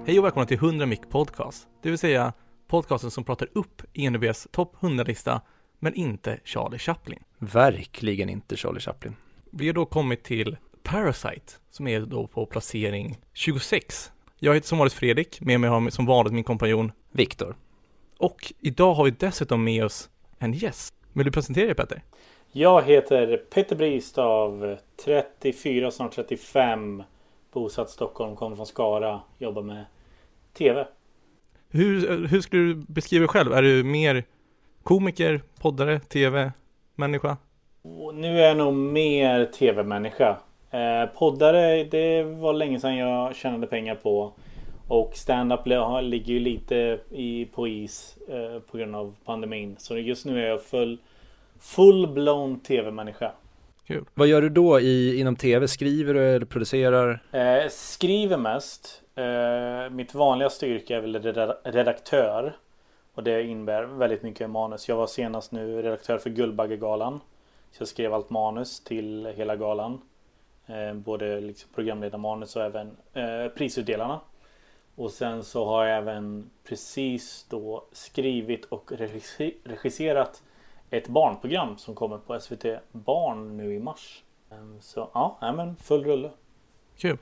Hej och välkomna till 100 Mic Podcast, det vill säga podcasten som pratar upp IMDb:s topp 100-lista, men inte Charlie Chaplin. Verkligen inte Charlie Chaplin. Vi har då kommit till Parasite, som är då på placering 26. Jag heter som vanligt Fredrik, med mig har som vanligt min kompanjon Viktor. Och idag har vi dessutom med oss en gäst. Vill du presentera dig, Petter? Jag heter Petter Bristav, 34, snart 35, bosatt i Stockholm, kommer från Skara, jobbar med TV. Hur skulle du beskriva dig själv? Är du mer komiker, poddare, TV-människa? Nu är jag nog mer TV-människa. Poddare, det var länge sedan jag tjänade pengar på. Och stand-up ligger ju lite på is på grund av pandemin. Så just nu är jag full-blown TV-människa. Kul. Vad gör du då inom TV? Skriver du eller producerar? Skriver mest. Mitt vanliga styrka är väl redaktör. Och det innebär väldigt mycket manus. Jag var senast nu redaktör för Guldbaggegalan. Så jag skrev allt manus till hela galan. Både liksom programledarmanus och även prisutdelarna. Och sen så har jag även precis då skrivit och regisserat ett barnprogram som kommer på SVT Barn nu i mars. Så ja, men full rulle. Kul.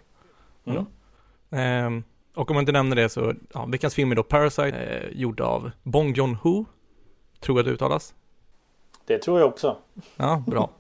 Och om man inte nämner det så, ja, veckans film är då Parasite, gjord av Bong Joon-ho, tror jag det uttalas. Det tror jag också. Ja, bra.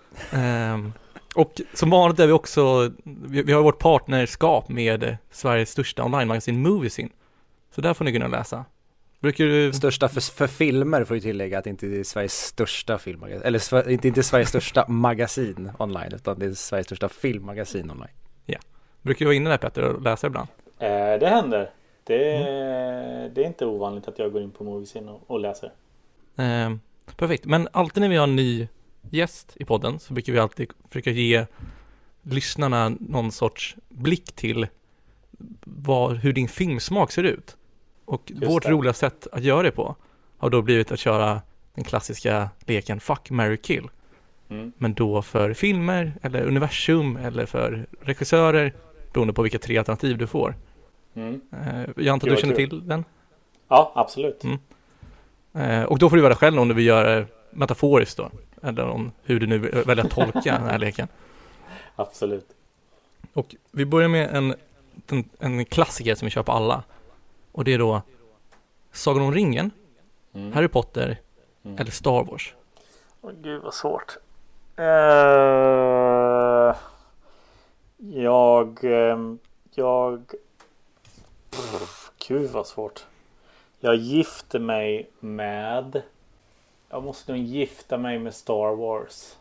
Och som vanligt är vi också, vi har vårt partnerskap med Sveriges största online-magasin Moviesin. Så där får ni kunna läsa. Brukar du... Största för filmer, får jag tillägga, att det inte är Sveriges största filmmagasin. Eller inte Sveriges största magasin online, utan det är Sveriges största filmmagasin online. Ja. Brukar du vara inne där, Petter, och läsa ibland? Det händer. Det är inte ovanligt att jag går in på Moviesin och läser. Perfekt. Men alltid när vi har en ny gäst i podden så brukar vi alltid försöka ge lyssnarna någon sorts blick till hur din filmsmak ser ut. Och vårt roliga sätt att göra det på har då blivit att köra den klassiska leken Fuck, Marry, Kill. Men då för filmer eller universum eller för regissörer, beroende på vilka 3 alternativ du får. Jag antar att du känner till den? Ja, absolut. Och då får du vara själv om du vill göra metaforiskt då. Eller om hur du nu väljer att tolka den här leken. Absolut. Och vi börjar med en klassiker som vi kör på alla. Och det är då Sagan om ringen, Harry Potter eller Star Wars. Gud vad svårt. Gud vad svårt. Jag måste nog gifta mig med Star Wars.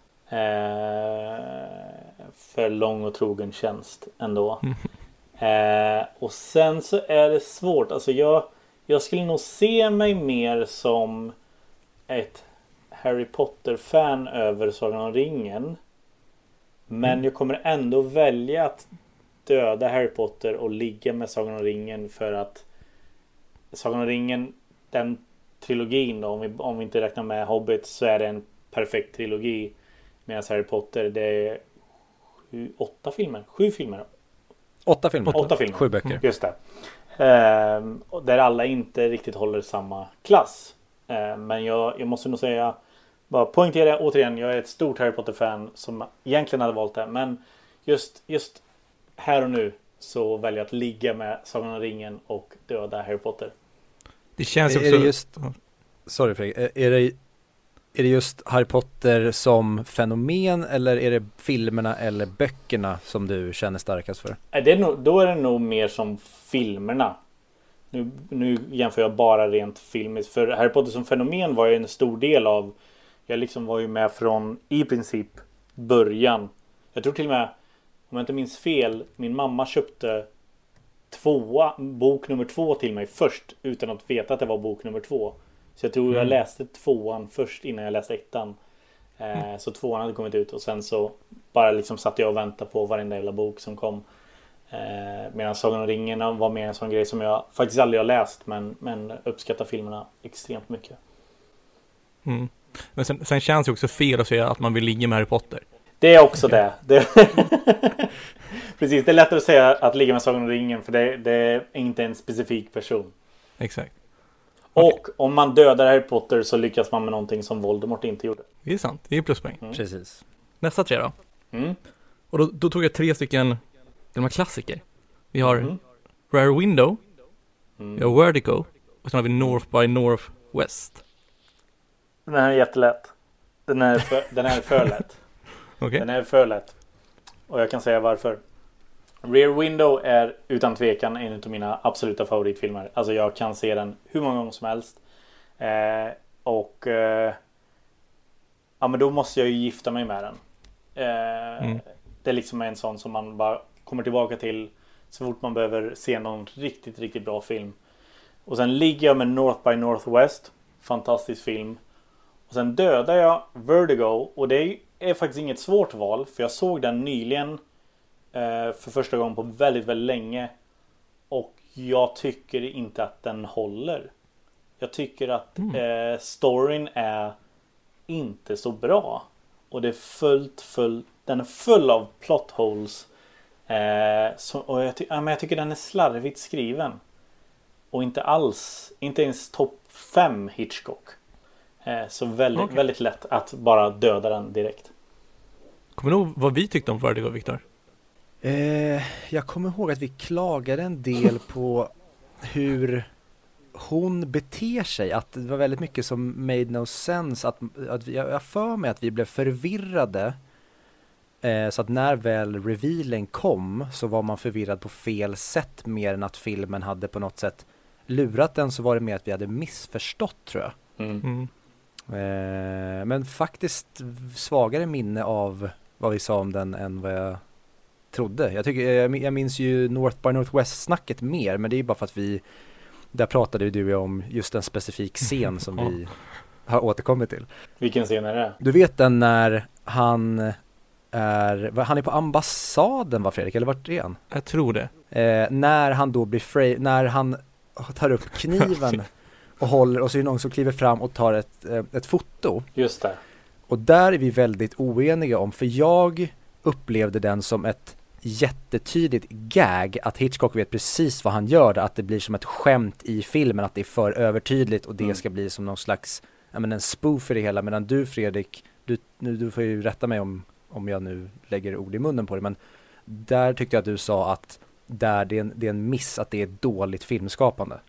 För lång och trogen tjänst ändå. Och sen så är det svårt. Alltså jag skulle nog se mig mer som ett Harry Potter-fan över Sagan om ringen. Men jag kommer ändå välja att döda Harry Potter och ligga med Sagan om ringen, för att Sagan om ringen, den trilogin då, om vi inte räknar med Hobbit, så är det en perfekt trilogi. Medan Harry Potter, det är 8 filmer. 7 filmer. 8 filmer. 8 filmer. 7 böcker. Just det. Där alla inte riktigt håller samma klass. Men jag måste nog säga, bara poängtera återigen, jag är ett stort Harry Potter-fan som egentligen hade valt det. Men just här och nu så väljer jag att ligga med Sagan om ringen och döda Harry Potter. Det känns också... Är det just... Sorry Fredrik, är det just Harry Potter som fenomen, eller är det filmerna eller böckerna som du känner starkast för? Då är det nog mer som filmerna. Nu jämför jag bara rent filmiskt. För Harry Potter som fenomen var ju en stor del av... Jag liksom var ju med från i princip början. Jag tror till och med, om jag inte minns fel, min mamma köpte bok nummer 2 till mig först, utan att veta att det var bok nummer 2. Så jag tror jag läste 2:an först innan jag läste 1:an. Så 2:an hade kommit ut och sen så bara liksom satt jag och väntade på varenda jävla bok som kom. Medan Sagan om ringen var mer en sån grej som jag faktiskt aldrig har läst, men uppskattar filmerna extremt mycket. Men sen känns det också fel att säga att man vill ligga med Harry Potter. Det är också det. Precis, det är lättare att säga att ligga med Sagan om ringen, för det är inte en specifik person. Exakt. Och om man dödar Harry Potter så lyckas man med någonting som Voldemort inte gjorde. Det är sant, det är pluspoäng. Precis. Nästa 3 då. Mm. Och då tog jag 3 stycken gamla klassiker. Vi har Rare Window, vi har Vertigo, och sen har vi North by Northwest. Den här är jättelätt. Den är för lätt. Okej. Den är för lätt. Och jag kan säga varför. Rear Window är utan tvekan en av mina absoluta favoritfilmer. Alltså jag kan se den hur många gånger som helst. Ja, men då måste jag ju gifta mig med den. Det är liksom en sån som man bara kommer tillbaka till så fort man behöver se någon riktigt, riktigt bra film. Och sen ligger jag med North by Northwest. Fantastisk film. Och sen dödar jag Vertigo. Och det är faktiskt inget svårt val. För jag såg den nyligen för första gången på väldigt, väldigt länge. Och jag tycker inte att den håller. Jag tycker att storyn är inte så bra. Och det är den är full av plot holes. Och jag tycker den är slarvigt skriven. Och inte ens topp 5 Hitchcock. Så väldigt lätt att bara döda den direkt. Kommer du ihåg vad vi tyckte om Vertigo, Victor? Jag kommer ihåg att vi klagade en del på hur hon beter sig. Att det var väldigt mycket som made no sense. Jag för mig att vi blev förvirrade. Så att när väl revealen kom så var man förvirrad på fel sätt mer än att filmen hade på något sätt lurat den, så var det mer att vi hade missförstått, tror jag. Men faktiskt svagare minne av vad vi sa om den än vad jag trodde. Jag minns ju North by Northwest-snacket mer, men det är ju bara för att där pratade ju du om just en specifik scen som vi har återkommit till. Vilken scen är det? Du vet den när han är på ambassaden, va, Fredrik? Eller vart är han? Jag tror det. När han då blir när han tar upp kniven och håller, och så är det någon som kliver fram och tar ett foto. Just det. Och där är vi väldigt oeniga om, för jag upplevde den som ett jättetydligt gag, att Hitchcock vet precis vad han gör, att det blir som ett skämt i filmen, att det är för övertydligt och det ska bli som någon slags en spoof för det hela, medan du, Fredrik, du får ju rätta mig om jag nu lägger ord i munnen på det, men där tyckte jag att du sa att det är en miss, att det är dåligt filmskapande.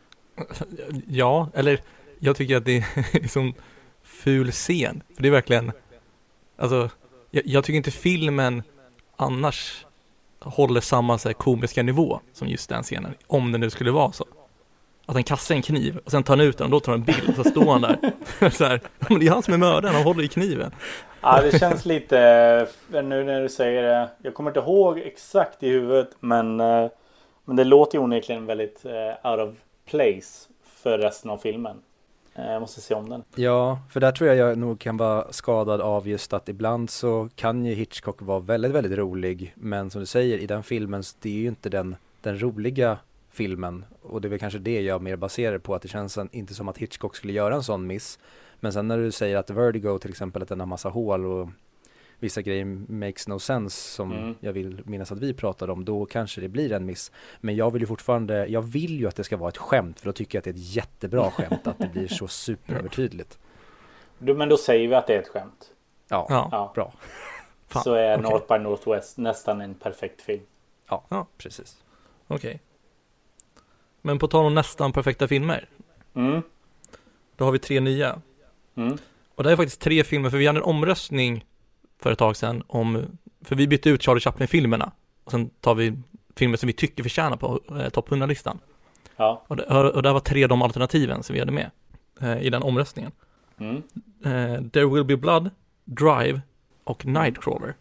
Ja, eller jag tycker att det är som ful scen. För det är verkligen, alltså, jag tycker inte filmen annars håller samma så här komiska nivå som just den scenen, om det nu skulle vara så. Att han kastar en kniv och sen tar han ut den och då tar han en bild och så står han där. Så här, men det är han som är mördaren, han håller i kniven. Ja, det känns lite, nu när du säger det, jag kommer inte ihåg exakt i huvudet, men det låter ju onekligen väldigt out of place för resten av filmen. Jag måste se om den. Ja, för där tror jag nog kan vara skadad av just att ibland så kan ju Hitchcock vara väldigt, väldigt rolig, men som du säger, i den filmen, det är ju inte den roliga filmen, och det är väl kanske det jag mer baserar på, att det känns inte som att Hitchcock skulle göra en sån miss. Men sen när du säger att Vertigo till exempel, att den har massa hål och vissa grejer makes no sense, som jag vill minnas att vi pratade om, då kanske det blir en miss. Men jag vill ju att det ska vara ett skämt, för då tycker jag att det är ett jättebra skämt, att det blir så superövertydligt. Men då säger vi att det är ett skämt. Ja. Bra. Fan, så är North by Northwest nästan en perfekt film. Ja. Precis. Okej. Men på tal om nästan perfekta filmer. Då har vi 3 nya. Och det är faktiskt 3 filmer, för vi hade en omröstning för ett tag sedan för vi bytte ut Charlie Chaplin-filmerna. Och sen tar vi filmer som vi tycker förtjänar på topp 100-listan. Ja. Och där var 3 de alternativen som vi hade med i den omröstningen. There Will Be Blood, Drive och Nightcrawler.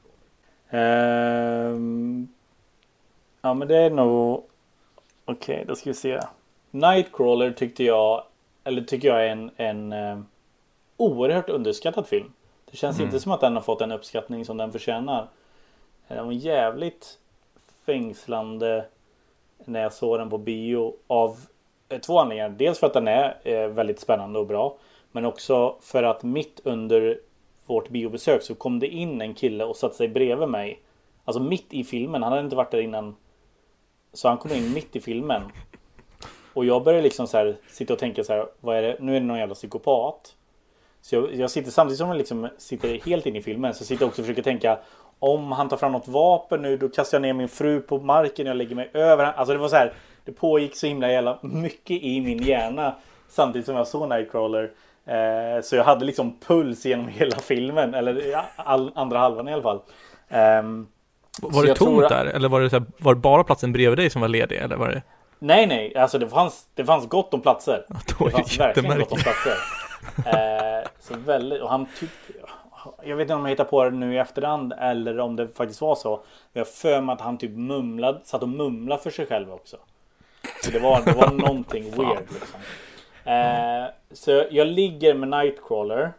Ja, men det är nog... Okej, då ska vi se. Nightcrawler tycker jag är en oerhört underskattad film. Det känns inte som att den har fått en uppskattning som den förtjänar. Den var jävligt fängslande när jag såg den på bio av 2 anledningar. Dels för att den är väldigt spännande och bra, men också för att mitt under vårt biobesök så kom det in en kille och satte sig bredvid mig Alltså mitt i filmen. Han hade inte varit där innan. Så han kom in mitt i filmen. Och jag började liksom så här sitta och tänka så här, vad är det? Nu är det någon jävla psykopat. Så jag sitter samtidigt som jag liksom sitter helt in i filmen, så sitter jag också och försöker tänka, om han tar fram något vapen nu, då kastar jag ner min fru på marken och jag lägger mig över. Alltså det var så här, det pågick så himla jävla mycket i min hjärna samtidigt som jag såg Nightcrawler. Så jag hade liksom puls genom hela filmen, eller andra halvan i alla fall. Var det tomt där? Eller var det, så här, var det bara platsen bredvid dig som var ledig? Eller var det... Nej, alltså det fanns gott om platser. Det fanns verkligen gott om platser. Så väldigt, och han typ, jag vet inte om jag hittar på det nu i efterhand eller om det faktiskt var så. Jag för mig att han typ satt och mumlade för sig själv också. Så det var någonting weird liksom. Så jag ligger med Nightcrawler,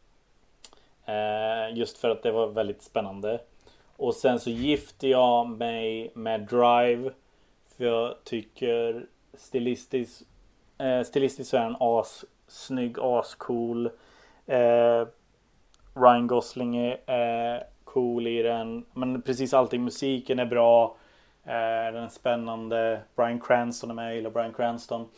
just för att det var väldigt spännande. Och sen så gifte jag mig med Drive, för jag tycker stilistiskt så är han snygg, ascool. Ryan Gosling är cool i den. Men precis allting, musiken är bra. Den är spännande. Bryan Cranston är med, jag gillar Bryan Cranston.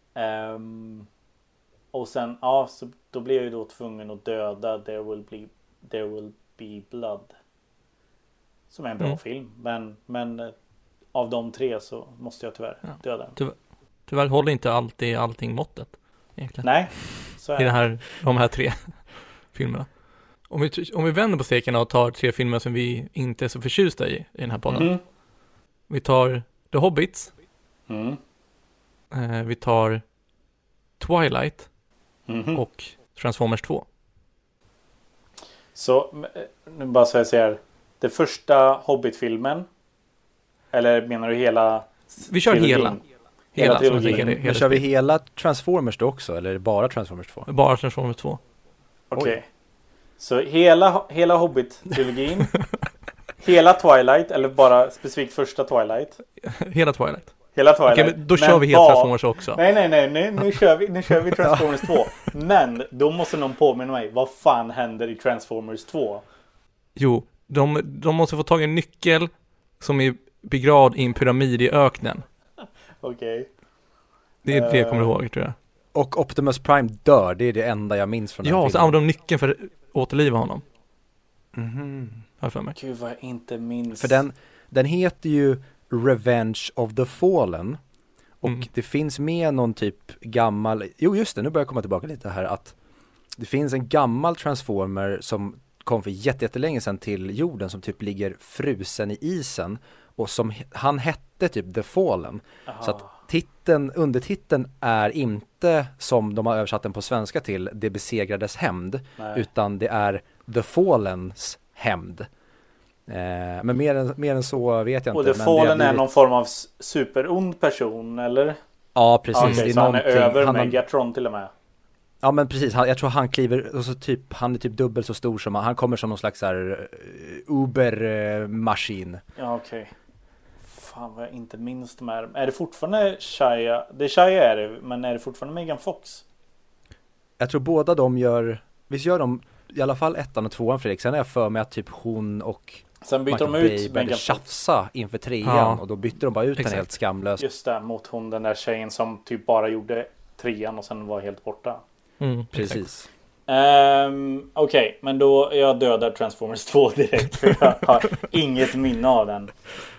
Och sen, så då blir jag ju då tvungen att döda There Will Be Blood. Som är en bra film. Men av de tre så måste jag tyvärr döda den. Tyvärr håller inte allting måttet. Egentligen. Nej, så är i de här 3 filmerna. Om vi vänder på stekarna och tar 3 filmer som vi inte är så förtjusta i den här podden. Vi tar The Hobbits. Vi tar Twilight och Transformers 2. Så nu bara så jag säger, det första Hobbit-filmen, eller menar du hela? Vi kör hela trilogin. Men kör vi hela Transformers då också, eller är det bara Transformers 2? Bara Transformers 2. Okej. Så hela Hobbit-trilogin, hela Twilight, eller bara specifikt första Twilight? Hela Twilight. Okej, men då kör vi helt Transformers också. Nej, nu kör vi Transformers 2. Men då måste någon påminna mig, vad fan händer i Transformers 2? Jo, de måste få tag i en nyckel som är begravd i en pyramid i öknen. Okej. Det är det jag kommer ihåg, tror jag. Och Optimus Prime dör, det är det enda jag minns från den filmen. Ja, så använder de nyckeln för att återliva honom. För mig. Gud, vad jag inte minns. För den heter ju Revenge of the Fallen. Och det finns med någon typ gammal... Jo, just det, nu börjar jag komma tillbaka lite här. Att det finns en gammal Transformer som kom för jättelänge sedan till jorden, som typ ligger frusen i isen. Och som han hette typ The Fallen. Aha. Så att undertiteln är inte som de har översatt den på svenska till Det besegrades hämnd. Utan det är The Fallens hämnd. Men mer än så vet jag inte. Och The Fallen är någon form av superond person, eller? Ja, precis. Okay, det är så han är över Megatron till och med. Ja, men precis. Jag tror han kliver, och så typ, han är typ dubbelt så stor som han kommer som någon slags här Uber-maskin. Ja, okej. Fan vad jag inte minns de här. Är det fortfarande Shia? Det är Shia är det, men är det fortfarande Megan Fox? Jag tror båda de visst gör de i alla fall 1 och 2, Fredrik. Sen är jag för mig att typ hon och sen byter de ut Megan tjafsa inför 3:an, och då bytte de bara ut den helt skamlöst. Just det, mot hon, den där tjejen som typ bara gjorde 3:an och sen var helt borta. Precis. Okej, men då jag dödar Transformers 2 direkt, för jag har inget minne av den.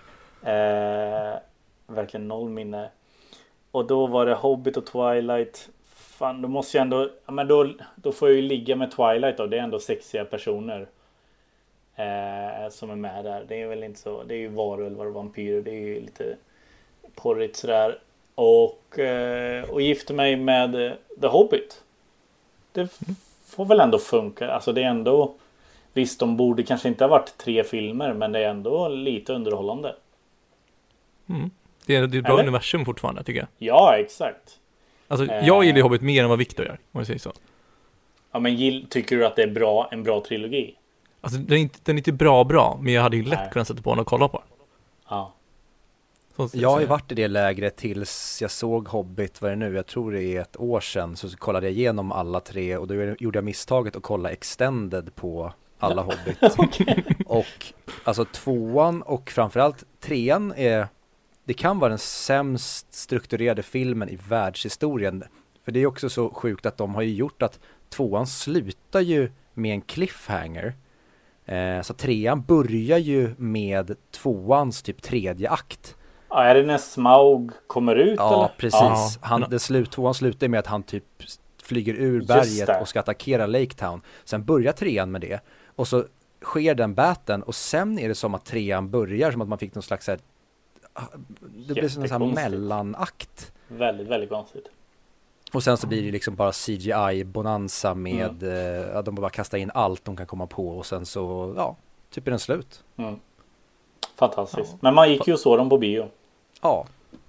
Verkligen noll minne. Och då var det Hobbit och Twilight. Fan, då måste jag ändå, men då får jag ju ligga med Twilight då. Det är ändå sexiga personer som är med där. Det är väl inte så, det är ju varulvar och vampyrer. Det är ju lite porrigt sådär. Och gifte mig med The Hobbit. Det får väl ändå funka. Alltså det är ändå, visst, de borde kanske inte ha varit 3 filmer, men det är ändå lite underhållande. Det är ett bra universum fortfarande, tycker jag. Ja, exakt. Alltså, jag gillar Hobbit mer än vad Victor gör, om jag säger så. Ja, men tycker du att det är en bra trilogi? Alltså, den är inte bra, men jag hade ju lätt kunnat sätta på den och kolla på. Ja. Jag har ju varit i det lägret tills jag såg Hobbit, vad är det nu? Jag tror det är 1 år sedan, så kollade jag igenom alla 3, och då gjorde jag misstaget att kolla extended på alla Hobbit. Och alltså 2:an och framförallt 3:an det kan vara den sämst strukturerade filmen i världshistorien. För det är också så sjukt att de har ju gjort att 2:an slutar ju med en cliffhanger. Så 3:an börjar ju med 2:ans typ 3:e akt. Ja, är det när Smaug kommer ut? Ja, eller? precis. Ja. 2:an slutar med att han typ flyger ur berget och ska attackera Lake Town. Sen börjar 3:an med det. Och så sker den batten och sen är det som att 3:an börjar som att man fick någon slags här, det blir som en sån här mellanakt. Väldigt, väldigt konstigt. Och sen så blir det liksom bara CGI-bonanza med de bara kastar in allt de kan komma på och sen så, ja, typ är den slut. Fantastiskt. Ja. Men man gick ju och såg dem på bio. Ja.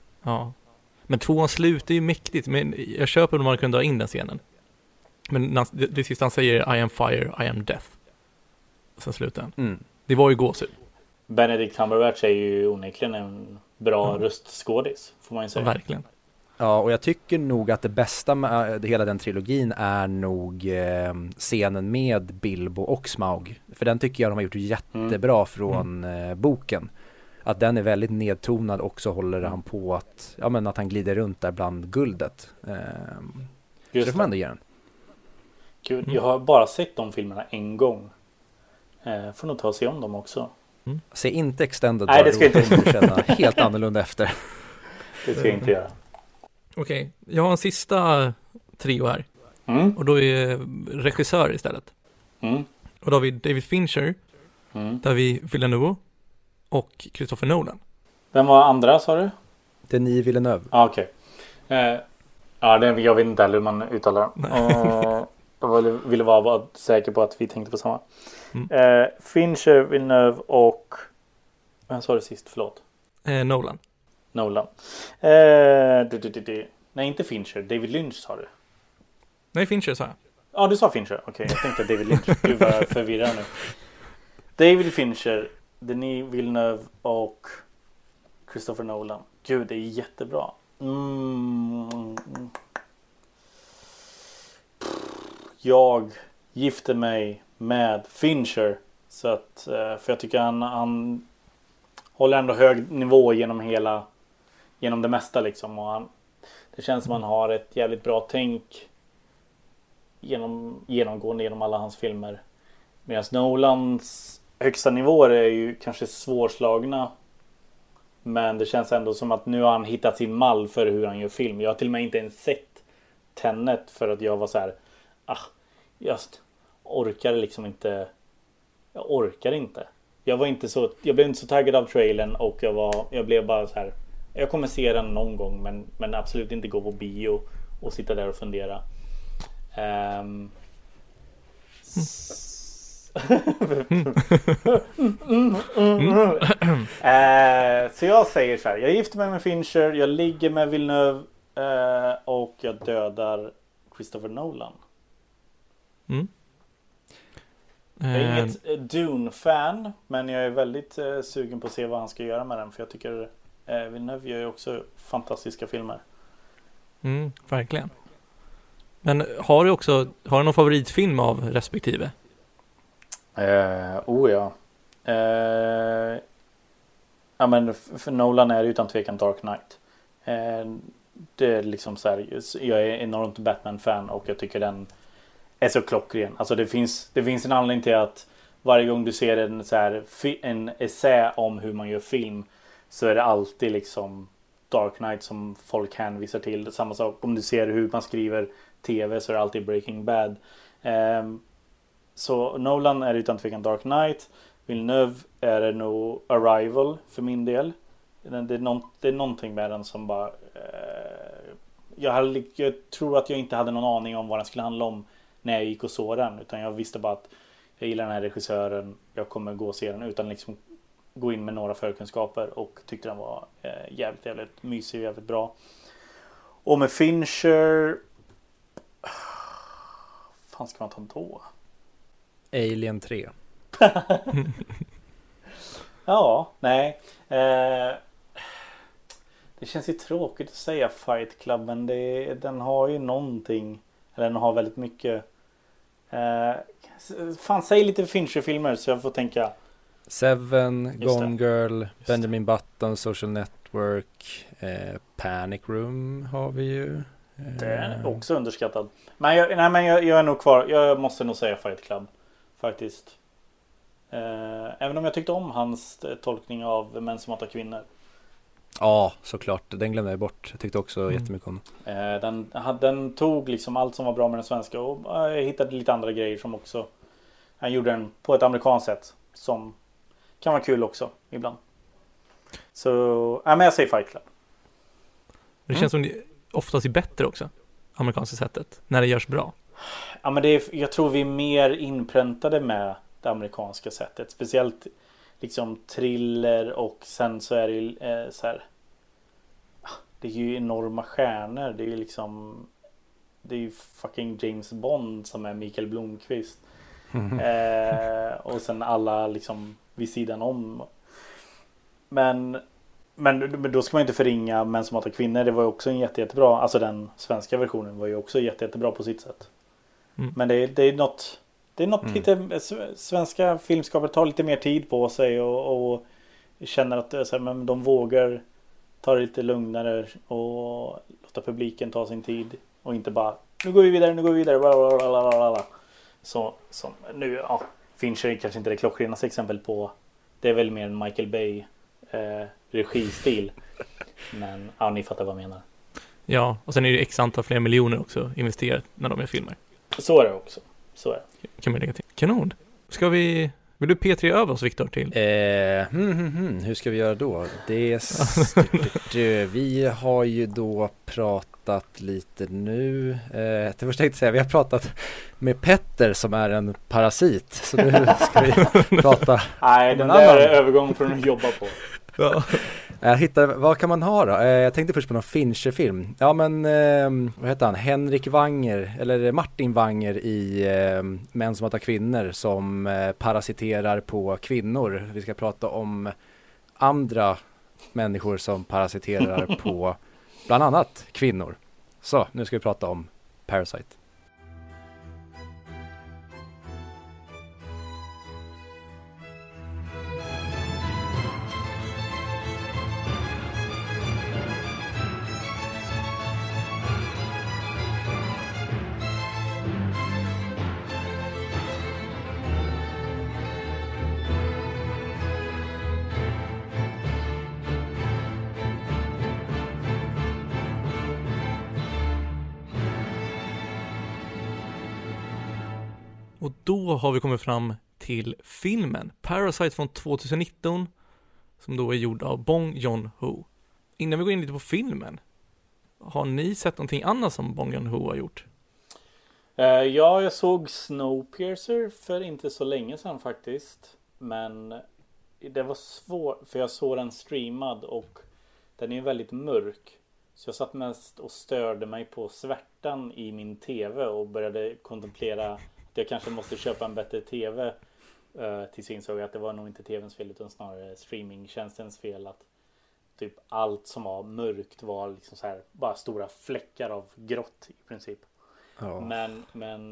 Men 2:an slutar ju mäktigt. Men jag köper om man kunde dra in den scenen. Men det sista han säger, I am fire, I am death. Och sen slutar den. Det var ju gåshud. Benedict Cumberbatch är ju onekligen en bra röstskådis, får man ju säga. Ja, verkligen. Ja, och jag tycker nog att det bästa med hela den trilogin är nog scenen med Bilbo och Smaug. För den tycker jag de har gjort jättebra från boken. Att den är väldigt nedtonad och så håller han på att, ja, men att han glider runt där bland guldet. Så det får man ändå ge den. Gud, jag har bara sett de filmerna en gång. Får nog ta och se om dem också. Se inte Extended. Nej, det ska jag inte känna helt annorlunda efter. Det ska jag inte göra. Okej, jag har en sista trio här. Och då är regissör istället. Och då har vi David Fincher. Där har vi Villeneuve och Christopher Nolan. Vem var andra, sa du? Denis Villeneuve. Okej. Jag vet inte heller hur man uttalar. Jag ville vara säker på att vi tänkte på samma. Fincher, Villeneuve och... Vem sa du sist? Förlåt. Nolan. Nej, inte Fincher. David Lynch sa du. Nej, Fincher sa jag. Ja, du sa Fincher. Okej, jag tänkte David Lynch. Du var förvirrad nu. David Fincher, Denis Villeneuve och Christopher Nolan. Gud, det är jättebra. Jag gifte mig med Fincher. Så att, för jag tycker han håller ändå hög nivå genom det mesta liksom. Och det känns som han har ett jävligt bra tänk genomgående genom alla hans filmer. Medan Nolans högsta nivåer är ju kanske svårslagna. Men det känns ändå som att nu har han hittat sin mall för hur han gör film. Jag har till och med inte ens sett Tenet för att jag var så här, just orkar liksom inte. Jag orkar inte. Jag blev inte så taggad av trailern och jag blev bara så här, jag kommer se den någon gång men absolut inte gå på bio och sitta där och fundera. Så jag säger så här, jag gifter mig med Fincher, jag ligger med Villeneuve och jag dödar Christopher Nolan. Jag är inget Dune-fan, men jag är väldigt sugen på att se vad han ska göra med den, för jag tycker Villeneuve gör ju också fantastiska filmer. Verkligen. Men har du någon favoritfilm av respektive? Ja. Ja, men för Nolan är det utan tvekan Dark Knight. Det är liksom så här, jag är enormt Batman-fan och jag tycker den är så klockren. Alltså det finns en anledning till att varje gång du ser en essä om hur man gör film så är det alltid liksom Dark Knight som folk hänvisar till. Samma sak om du ser hur man skriver tv så är det alltid Breaking Bad. Så Nolan är utan tvekan Dark Knight. Villeneuve är det nog Arrival för min del. Det är någonting med den som bara... Jag tror att jag inte hade någon aning om vad den skulle handla om när jag gick och såg den. Utan jag visste bara att jag gillar den här regissören. Jag kommer gå och se den utan liksom gå in med några förkunskaper. Och tyckte den var jävligt mysig och jävligt bra. Och med Fincher... fan ska man ta då? Alien 3. Ja, nej. Det känns ju tråkigt att säga Fight Club, men den har ju någonting. Eller den har väldigt mycket Fan, säg lite Fincher-filmer så jag får tänka. Seven, Gone Girl, Benjamin Button, Social Network, Panic Room har vi ju. Det är också underskattad. Men jag är nog kvar. Jag måste nog säga Fight Club. Faktiskt. Även om jag tyckte om hans tolkning av Män som hatar kvinnor. Ja, såklart. Den glömde jag bort. Jag tyckte också jättemycket om den tog liksom allt som var bra med den svenska. Och jag hittade lite andra grejer som också. Han gjorde den på ett amerikanskt sätt. Som kan vara kul också ibland. Så, men jag säger Fight Club. Det känns som det oftast är bättre också. Amerikanska sättet. När det görs bra. Ja, men jag tror vi är mer inpräntade med det amerikanska sättet. Speciellt liksom thriller och sen så är det så här. Det är ju enorma stjärnor. Det är ju liksom. Det är ju fucking James Bond som är Mikael Blomkvist. Och sen alla liksom vid sidan om. Men då ska man inte förringa Män som hatar kvinnor. Det var ju också en jättebra. Alltså den svenska versionen var ju också jättebra på sitt sätt. Men det är något lite. Svenska filmskapare tar lite mer tid på sig och känner att så här, men de vågar ta det lite lugnare och låta publiken ta sin tid och inte bara nu går vi vidare blablabla. Så nu Fincher är kanske inte det klockrenaste exempel på. Det är väl mer en Michael Bay registil. Men ni fattar vad jag menar. Ja, och sen är det x antal fler miljoner också investerat när de är filmer. Så är det också. Så är det. Kan man lägga till. Kanon. Vill du P3 över oss, Viktor, till? Hur ska vi göra då? Vi har ju då pratat lite nu. Det första tänkte säga, vi har pratat med Petter som är en parasit. Så nu ska vi prata. Nej, den där är övergång från att jobba på. Ja. Jag hittade, vad kan man ha då? Jag tänkte först på någon Fincher-film. Ja men, vad heter han? Henrik Wanger, eller Martin Wanger i Män som hatar kvinnor som parasiterar på kvinnor. Vi ska prata om andra människor som parasiterar på bland annat kvinnor. Så, nu ska vi prata om Parasite. Och då har vi kommit fram till filmen Parasite från 2019 som då är gjord av Bong Joon-ho. Innan vi går in lite på filmen, har ni sett någonting annat som Bong Joon-ho har gjort? Ja, jag såg Snowpiercer för inte så länge sedan faktiskt. Men det var svårt för jag såg den streamad och den är väldigt mörk. Så jag satt mest och störde mig på svärtan i min tv och började kontemplera jag kanske måste köpa en bättre tv. Tills jag insåg att det var nog inte tvns fel utan snarare streamingtjänstens fel. Att typ allt som var mörkt var liksom så här, bara stora fläckar av grått i princip. Ja. Men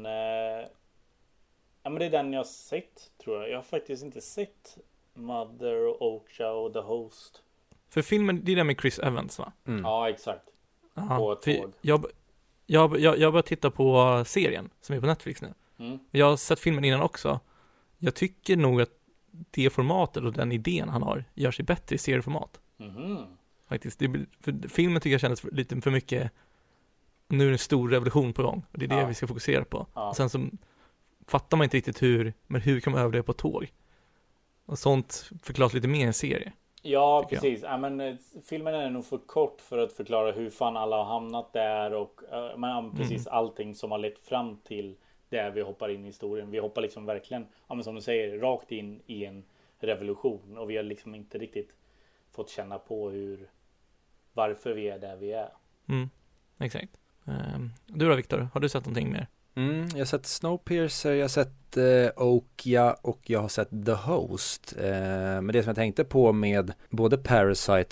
det är den jag har sett, tror jag. Jag har faktiskt inte sett Mother, Okja och The Host. För filmen, det är den med Chris Evans, va? Mm. Ja, exakt. Aha, på ett tåg. Jag börjar titta på serien som är på Netflix nu. Mm. Jag har sett filmen innan också. Jag tycker nog att det formatet och den idén han har gör sig bättre i serieformat. Mm. Faktiskt. För filmen tycker jag kändes lite för mycket. Nu är det en stor revolution på gång. Och det är det vi ska fokusera på. Ja. Och sen så fattar man inte riktigt hur kan man överleva på tåg. Och sånt förklaras lite mer i en serie. Ja, precis. Ja, men filmen är nog för kort för att förklara hur fan alla har hamnat där och precis allting som har lett fram till där vi hoppar in i historien. Vi hoppar liksom verkligen, men som du säger, rakt in i en revolution och vi har liksom inte riktigt fått känna på varför vi är där vi är. Exakt. Du då, Viktor, har du sett någonting mer? Jag har sett Snowpiercer, jag har sett Okja och jag har sett The Host. Men det som jag tänkte på med både Parasite och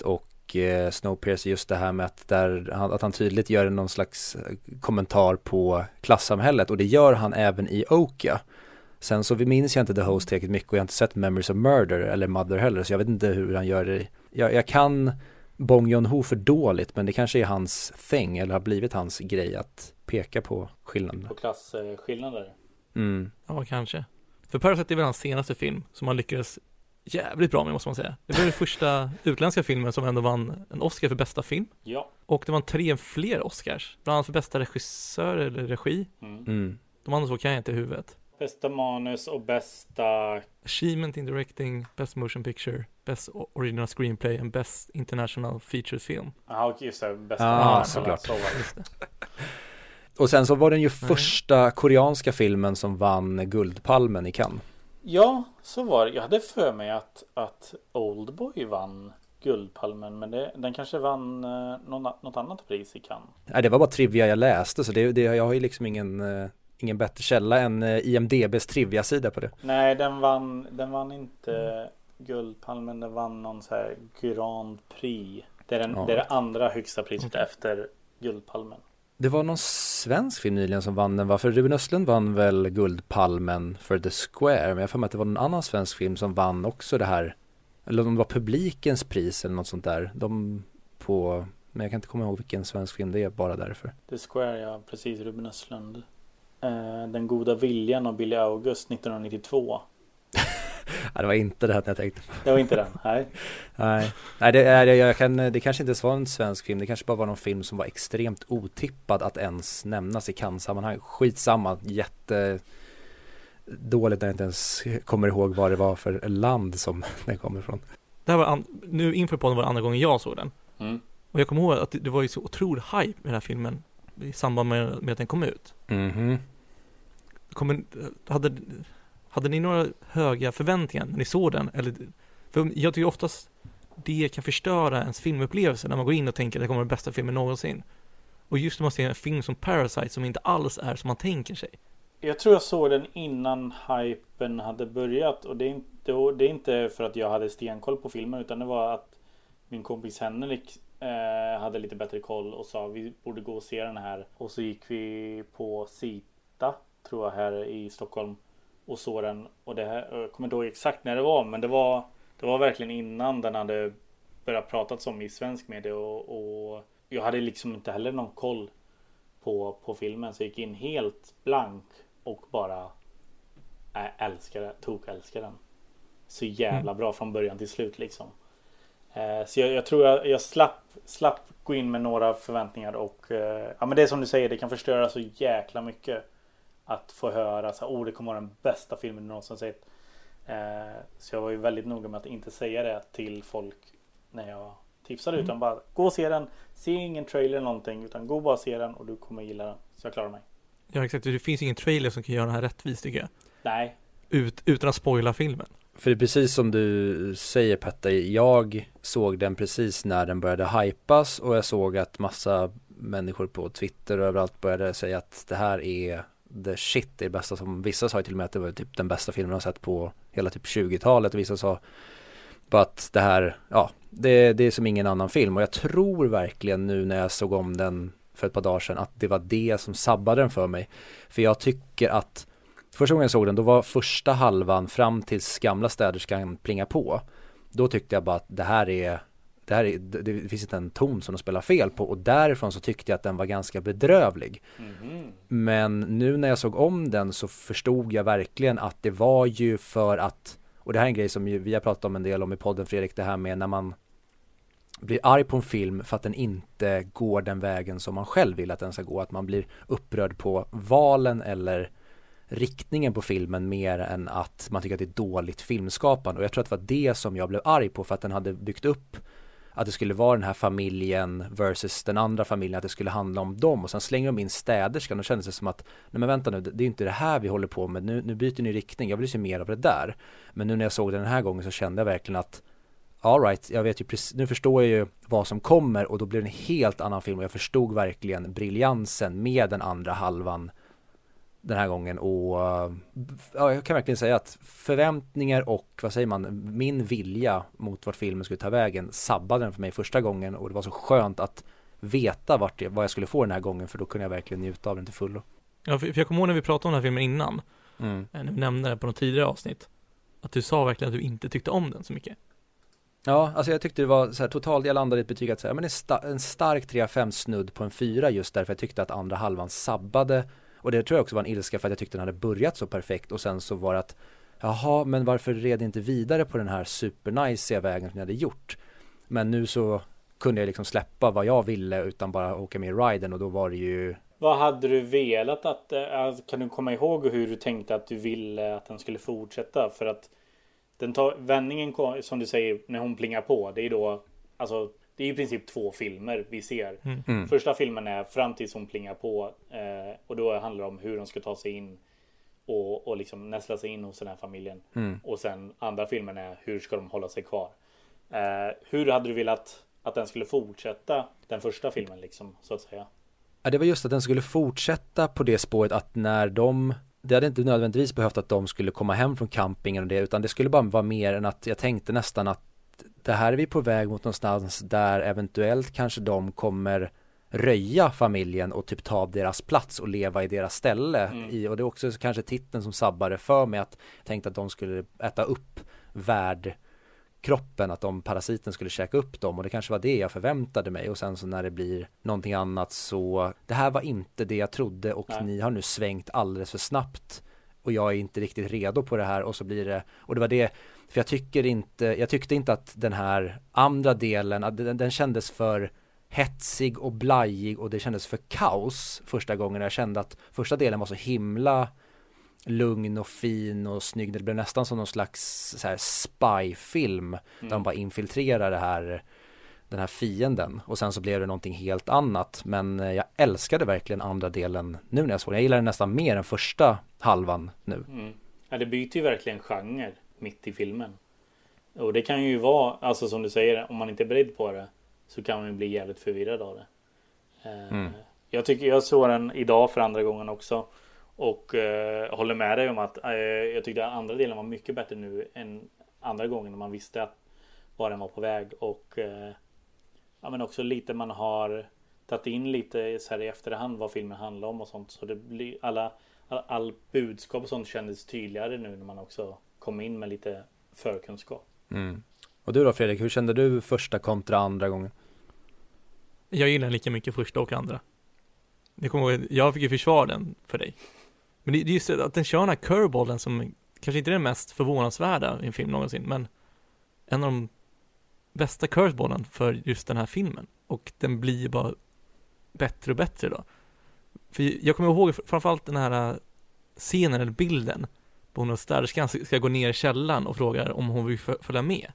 Snowpiercer, just det här med att han tydligt gör någon slags kommentar på klassamhället, och det gör han även i Okja. Sen så minns jag inte The Host tillräckligt mycket, och jag har inte sett Memories of Murder eller Mother heller, så jag vet inte hur han gör det. Jag kan Bong Joon-ho för dåligt, men det kanske är hans thing, eller har blivit hans grej att peka på skillnaden. På klasskillnader. Ja, kanske. För Parasite är väl hans senaste film som han lyckades jävligt bra med, måste man säga. Det var den första utländska filmen som ändå vann en Oscar för bästa film. Ja. Och det var 3 fler Oscars. Bland annat för bästa regissör eller regi. De andra så kan jag inte i huvudet. Bästa manus och bästa... Achievement in Directing, Best Motion Picture, Best Original Screenplay and Best International Feature Film. Ja, just det. Bästa såklart. Just det. Och sen så var den ju första koreanska filmen som vann Guldpalmen i Cannes. Ja, så var det. Jag hade för mig att Oldboy vann Guldpalmen, men den kanske vann något annat pris i Cannes. Nej, det var bara trivia jag läste, så jag har ju liksom ingen bättre källa än IMDb's trivia-sida på det. Nej, den vann inte Guldpalmen, den vann någon så här Grand Prix. Det är det andra högsta priset efter Guldpalmen. Det var någon svensk film nyligen som vann den, för Ruben Östlund vann väl Guldpalmen för The Square, men jag får med att det var någon annan svensk film som vann också det här, eller om det var publikens pris eller något sånt där. Men jag kan inte komma ihåg vilken svensk film det är, bara därför. The Square, ja, precis, Ruben Östlund. Den goda viljan av Billy August 1992. Ja, det var inte det här jag tänkte på. Det var inte den, nej, det kanske inte var en svensk film. Det kanske bara var någon film som var extremt otippad att ens nämnas i Cannes-sammanhang. Skitsamma, dåligt när jag inte ens kommer ihåg vad det var för land som den kommer ifrån. Det här var nu inför podden var det andra gången jag såg den. Och jag kommer ihåg att det var ju så otroligt hype med den här filmen i samband med att den kom ut. Hade ni några höga förväntningar när ni såg den? Eller, för jag tycker oftast det kan förstöra ens filmupplevelse när man går in och tänker att det kommer vara den bästa filmen någonsin. Och just när man ser en film som Parasite som inte alls är som man tänker sig. Jag tror jag såg den innan hypen hade börjat, och det är inte för att jag hade stenkoll på filmen, utan det var att min kompis Henrik hade lite bättre koll och sa vi borde gå och se den här. Och så gick vi på Sita, tror jag, här i Stockholm och såg den. Och det här, jag kommer inte ihåg exakt när det var, men det var verkligen innan den hade börjat pratats om i svensk media, och jag hade liksom inte heller någon koll på filmen, så jag gick in helt blank och bara älskade den. Så jävla bra från början till slut liksom. Så jag tror jag slapp gå in med några förväntningar, och ja, men det är som du säger, det kan förstöra så jäkla mycket att få höra så det kommer vara den bästa filmen du någonsin sett. Så jag var ju väldigt noga med att inte säga det till folk när jag tipsade, utan bara gå och se den, se ingen trailer eller någonting, utan gå och bara se den och du kommer gilla den. Så jag klarar mig. Ja, exakt, det finns ingen trailer som kan göra det här rättvist, tycker jag. Nej. Utan att spoila filmen. För det är precis som du säger, Petter, jag såg den precis när den började hypas, och jag såg att massa människor på Twitter och överallt började säga att det här är the shit, det är det bästa, som vissa sa till och med att det var typ den bästa filmen jag sett på hela typ 20-talet, och vissa sa bara att det här, ja, det är som ingen annan film. Och jag tror verkligen nu när jag såg om den för ett par dagar sedan att det var det som sabbade den för mig. För jag tycker att första gången jag såg den, då var första halvan fram tills gamla städerskan plinga på. Då tyckte jag bara att det finns inte en ton som de spelar fel på, och därifrån så tyckte jag att den var ganska bedrövlig. Men nu när jag såg om den så förstod jag verkligen att det var ju för att, och det här är en grej som vi har pratat om en del om i podden, Fredrik, det här med när man blir arg på en film för att den inte går den vägen som man själv vill att den ska gå, att man blir upprörd på valen eller riktningen på filmen mer än att man tycker att det är dåligt filmskapande. Och jag tror att det var det som jag blev arg på, för att den hade byggt upp att det skulle vara den här familjen versus den andra familjen, att det skulle handla om dem, och sen slänger de in städerskan och kändes det som att nej men vänta nu, det är inte det här vi håller på med, nu byter ni riktning, jag vill se mer av det där. Men nu när jag såg den här gången så kände jag verkligen att all right, jag vet ju precis, nu förstår jag ju vad som kommer, och då blir det en helt annan film, och jag förstod verkligen briljansen med den andra halvan den här gången och ja, jag kan verkligen säga att förväntningar och vad säger man, min vilja mot vart filmen skulle ta vägen sabbade den för mig första gången och det var så skönt att veta vad jag skulle få den här gången för då kunde jag verkligen njuta av den till fullo. Ja, för jag kommer ihåg när vi pratade om den här filmen innan, när vi nämnde det på något tidigare avsnitt, att du sa verkligen att du inte tyckte om den så mycket. Ja, alltså jag tyckte det var så här totalt, jag landade i ett betyg att säga, men en stark 3-5 snudd på en 4 just därför jag tyckte att andra halvan sabbade. Och det tror jag också var en ilska för att jag tyckte den hade börjat så perfekt och sen så var det att jaha, men varför red inte vidare på den här supernice vägen som jag hade gjort? Men nu så kunde jag liksom släppa vad jag ville utan bara åka med i riden och då var det ju... Vad hade du velat att... Kan du komma ihåg hur du tänkte att du ville att den skulle fortsätta? För att vändningen som du säger när hon plingar på, det är då... Alltså, det är i princip 2 filmer vi ser. Första filmen är fram tills hon plingar på. Och då handlar det om hur de ska ta sig in och liksom näsla sig in hos den här familjen. Och sen andra filmen är hur ska de hålla sig kvar. Hur hade du velat att den skulle fortsätta den första filmen liksom, så att säga? Ja, det var just att den skulle fortsätta på det spåret att när det hade inte nödvändigtvis behövt att de skulle komma hem från campingen och det, utan det skulle bara vara mer än att jag tänkte nästan att det här är vi på väg mot någonstans där eventuellt kanske de kommer röja familjen och typ ta deras plats och leva i deras ställe. Och det är också kanske titeln som sabbade för mig att jag tänkte att de skulle äta upp värdkroppen, att de parasiten skulle käka upp dem och det kanske var det jag förväntade mig och sen så när det blir någonting annat så det här var inte det jag trodde och ni har nu svängt alldeles för snabbt och jag är inte riktigt redo på det här och så blir det, och det var det. För jag tyckte inte att den här andra delen, att den kändes för hetsig och blajig och det kändes för kaos första gången. Jag kände att första delen var så himla lugn och fin och snygg. Det blev nästan som någon slags så här spy-film där de bara infiltrerar den här fienden och sen så blev det någonting helt annat. Men jag älskade verkligen andra delen nu när jag såg den. Jag gillar den nästan mer än första halvan nu. Ja, det byter ju verkligen genre mitt i filmen. Och det kan ju vara, alltså som du säger, om man inte är beredd på det så kan man ju bli jävligt förvirrad av det. Jag såg den idag för andra gången också och håller med dig om att jag tyckte att andra delen var mycket bättre nu än andra gången när man visste att var den var på väg och ja, men också lite man har tagit in lite så här i efterhand vad filmen handlar om och sånt, så det blir all budskap och sånt kändes tydligare nu när man också kom in med lite förkunskap. Och du då Fredrik, hur kände du första kontra andra gången? Jag gillar lika mycket första och andra. Jag fick ju försvara den för dig. Men det är just att den kör den här curveballen som kanske inte är den mest förvånansvärda i en film någonsin, men en av de bästa curveballen för just den här filmen. Och den blir bara bättre och bättre då. För jag kommer ihåg framförallt den här scenen eller bilden på hon och städerskan ska gå ner i källaren och frågar om hon vill följa med.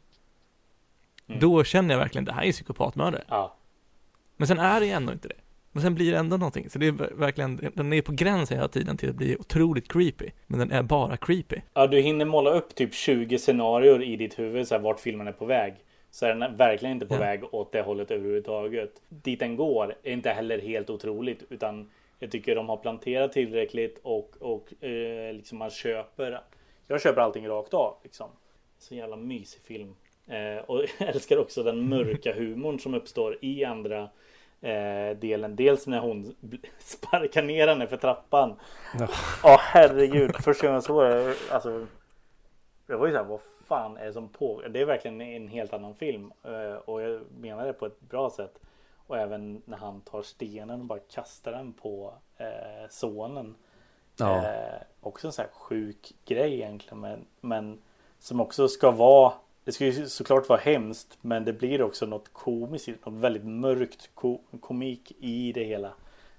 Då känner jag verkligen det här är psykopatmördare. Ja. Men sen är det ändå inte det. Men sen blir det ändå någonting. Så det är verkligen, den är på gränsen hela tiden till att bli otroligt creepy. Men den är bara creepy. Ja, du hinner måla upp typ 20 scenarier i ditt huvud så här, vart filmen är på väg. Så är den verkligen inte på väg åt det hållet överhuvudtaget. Dit den går är inte heller helt otroligt, utan jag tycker de har planterat tillräckligt och liksom jag köper allting rakt av liksom. Så jävla mysig film. Och jag älskar också den mörka humorn som uppstår i andra delen. Dels när hon sparkar ner henne för trappan. Herregud, första gången jag såg det, alltså, jag var ju såhär, vad fan är det som pågår? Det är verkligen en helt annan film. Och jag menar det på ett bra sätt. Och även när han tar stenen och bara kastar den på sonen. Också en sån här sjuk grej egentligen. Men som också ska vara, det ska ju såklart vara hemskt, men det blir också något komiskt, något väldigt mörkt komik i det hela.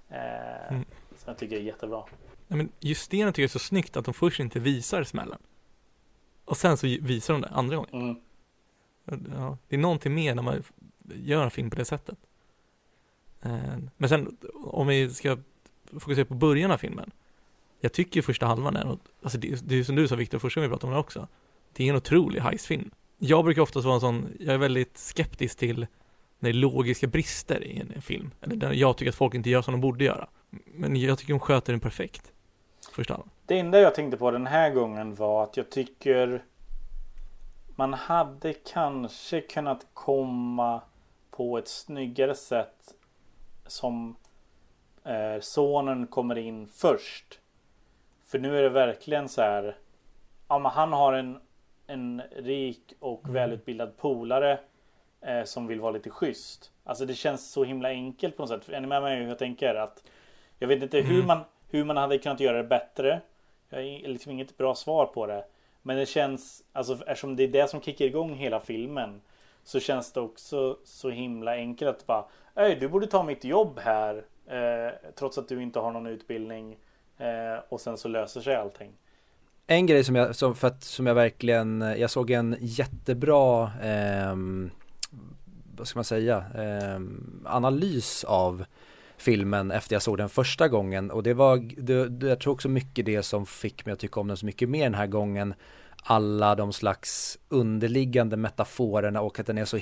Som jag tycker är jättebra. Ja, men just det jag tycker är så snyggt att de först inte visar smällen. Och sen så visar de det andra gången. Ja, det är någonting mer när man gör en film på det sättet. Men sen, om vi ska fokusera på början av filmen. Jag tycker första halvan är något, alltså det är som du sa Victor, första gången vi pratade om det också. Det är en otrolig heistfilm. Jag brukar oftast vara en sån, jag är väldigt skeptisk till när det är logiska brister i en film. Eller där jag tycker att folk inte gör som de borde göra. Men jag tycker de sköter den perfekt. första. Det enda jag tänkte på den här gången var att jag tycker man hade kanske kunnat komma på ett snyggare sätt som sonen kommer in först. För nu är det verkligen så här, ja, men han har en rik och välutbildad polare som vill vara lite schysst. Alltså det känns så himla enkelt på något sätt. Är ni med mig hur jag tänker? Att jag vet inte hur man hade kunnat göra det bättre. Jag har liksom inget bra svar på det. Men det känns, alltså eftersom det är det som kickar igång hela filmen, så känns det också så himla enkelt att bara, du borde ta mitt jobb här trots att du inte har någon utbildning, och sen så löser sig allting. En grej som jag verkligen, jag såg en jättebra vad ska man säga, analys av filmen efter jag såg den första gången, och det var, jag tror också mycket det som fick mig att tycka om den så mycket mer den här gången, alla de slags underliggande metaforerna, och att den är så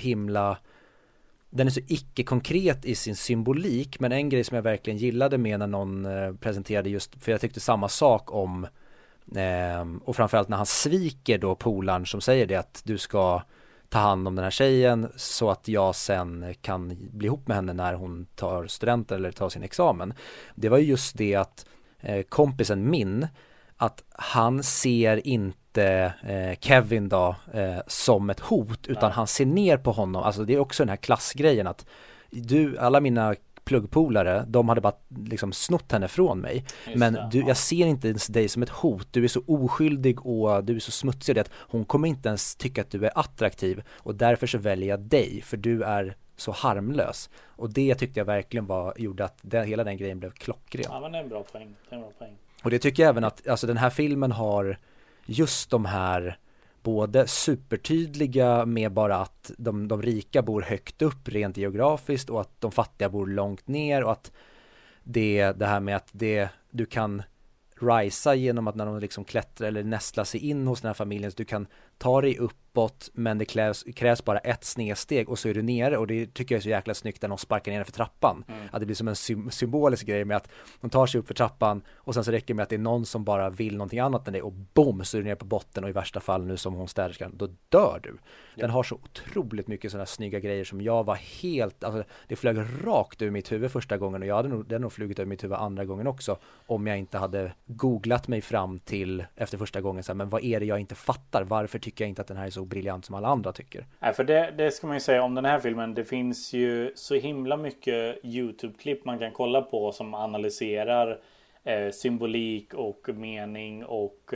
icke-konkret i sin symbolik. Men en grej som jag verkligen gillade med när någon presenterade, just för jag tyckte samma sak om och framförallt när han sviker då polaren som säger det, att du ska ta hand om den här tjejen så att jag sen kan bli ihop med henne när hon tar studenten eller tar sin examen. Det var just det att kompisen min, att han ser inte Kevin då som ett hot, utan han ser ner på honom. Alltså det är också den här klassgrejen att alla mina pluggpolare, de hade bara liksom snott henne från mig. Men jag ser inte ens dig som ett hot. Du är så oskyldig och du är så smutsig att hon kommer inte ens tycka att du är attraktiv, och därför så väljer jag dig, för du är så harmlös. Och det tyckte jag verkligen gjorde att hela den grejen blev klockren. Ja, men det är en bra poäng. Och det tycker jag även att alltså, den här filmen har just de här både supertydliga med bara att de rika bor högt upp rent geografiskt och att de fattiga bor långt ner, och att det här med att du kan risa genom att när de liksom klättrar eller nästlar sig in hos den här familjen, så du kan ta dig uppåt, men det krävs bara ett snedsteg och så är du nere, och det tycker jag är så jäkla snyggt när de sparkar ner för trappan. Att det blir som en symbolisk grej med att de tar sig upp för trappan, och sen så räcker det med att det är någon som bara vill någonting annat än det, och bom, så är du nere på botten, och i värsta fall nu som hon städerskan, då dör du. Den har så otroligt mycket sådana snygga grejer som jag var helt, alltså det flög rakt ur mitt huvud första gången, och jag hade nog flugit ur mitt huvud andra gången också, om jag inte hade googlat mig fram till efter första gången så här, men vad är det jag inte fattar? Varför tycker jag inte att den här är så briljant som alla andra tycker? Nej, för det ska man ju säga om den här filmen. Det finns ju så himla mycket YouTube-klipp man kan kolla på som analyserar symbolik och mening och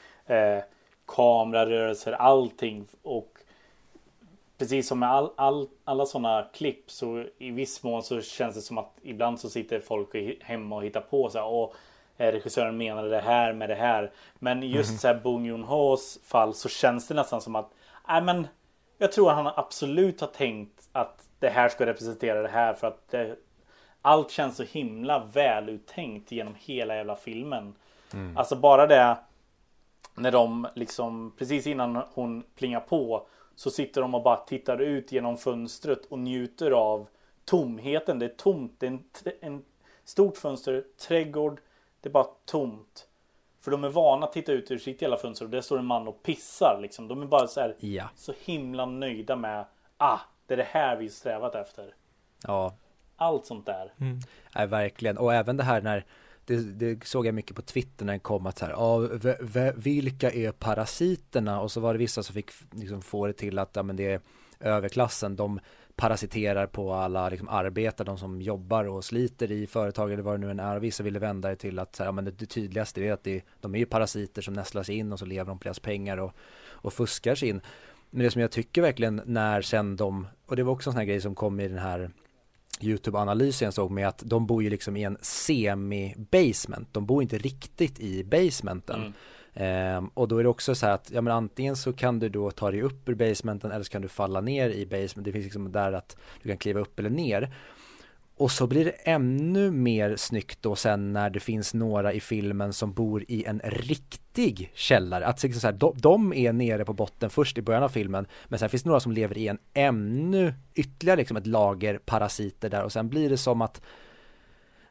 kamerarörelser, allting. Och precis som med alla sådana klipp, så i viss mån så känns det som att ibland så sitter folk hemma och hittar på så här, och regissören menade det här med det här. Men just så här Bong Joon-hos fall, så känns det nästan som att men jag tror att han absolut har tänkt att det här ska representera det här, för att allt känns så himla väl uttänkt genom hela jävla filmen. Alltså bara det när de liksom precis innan hon plingar på, så sitter de och bara tittar ut genom fönstret och njuter av tomheten. Det är tomt, det är en stort fönster, trädgård, det är bara tomt. För de är vana att titta ut ur sitt jävla fönster, och där står en man och pissar liksom. De är bara så här, så himla nöjda med det är det här vi strävat efter. Ja. Allt sånt där. Nej, verkligen. Och även det här när det såg jag mycket på Twitter när det kom att så här, vilka är parasiterna? Och så var det vissa som fick liksom få det till att men det är överklassen, de parasiterar på alla liksom arbetare, de som jobbar och sliter i företag eller vad det nu än är. Vissa ville vända det till att så här, men det tydligaste är att de är ju parasiter som nästlar sig in och så lever de på deras pengar och fuskar sig in. Men det som jag tycker verkligen när sen och det var också en sån här grej som kom i den här YouTube-analysen jag såg, med att de bor ju liksom i en semi-basement. De bor inte riktigt i basementen. Och då är det också så här att antingen så kan du då ta dig upp ur basementen, eller så kan du falla ner i basement. Det finns liksom där att du kan kliva upp eller ner. Och så blir det ännu mer snyggt då sen när det finns några i filmen som bor i en riktig källare. Att liksom så här, de är nere på botten först i början av filmen, men sen finns det några som lever i en ännu ytterligare liksom ett lager parasiter där, och sen blir det som att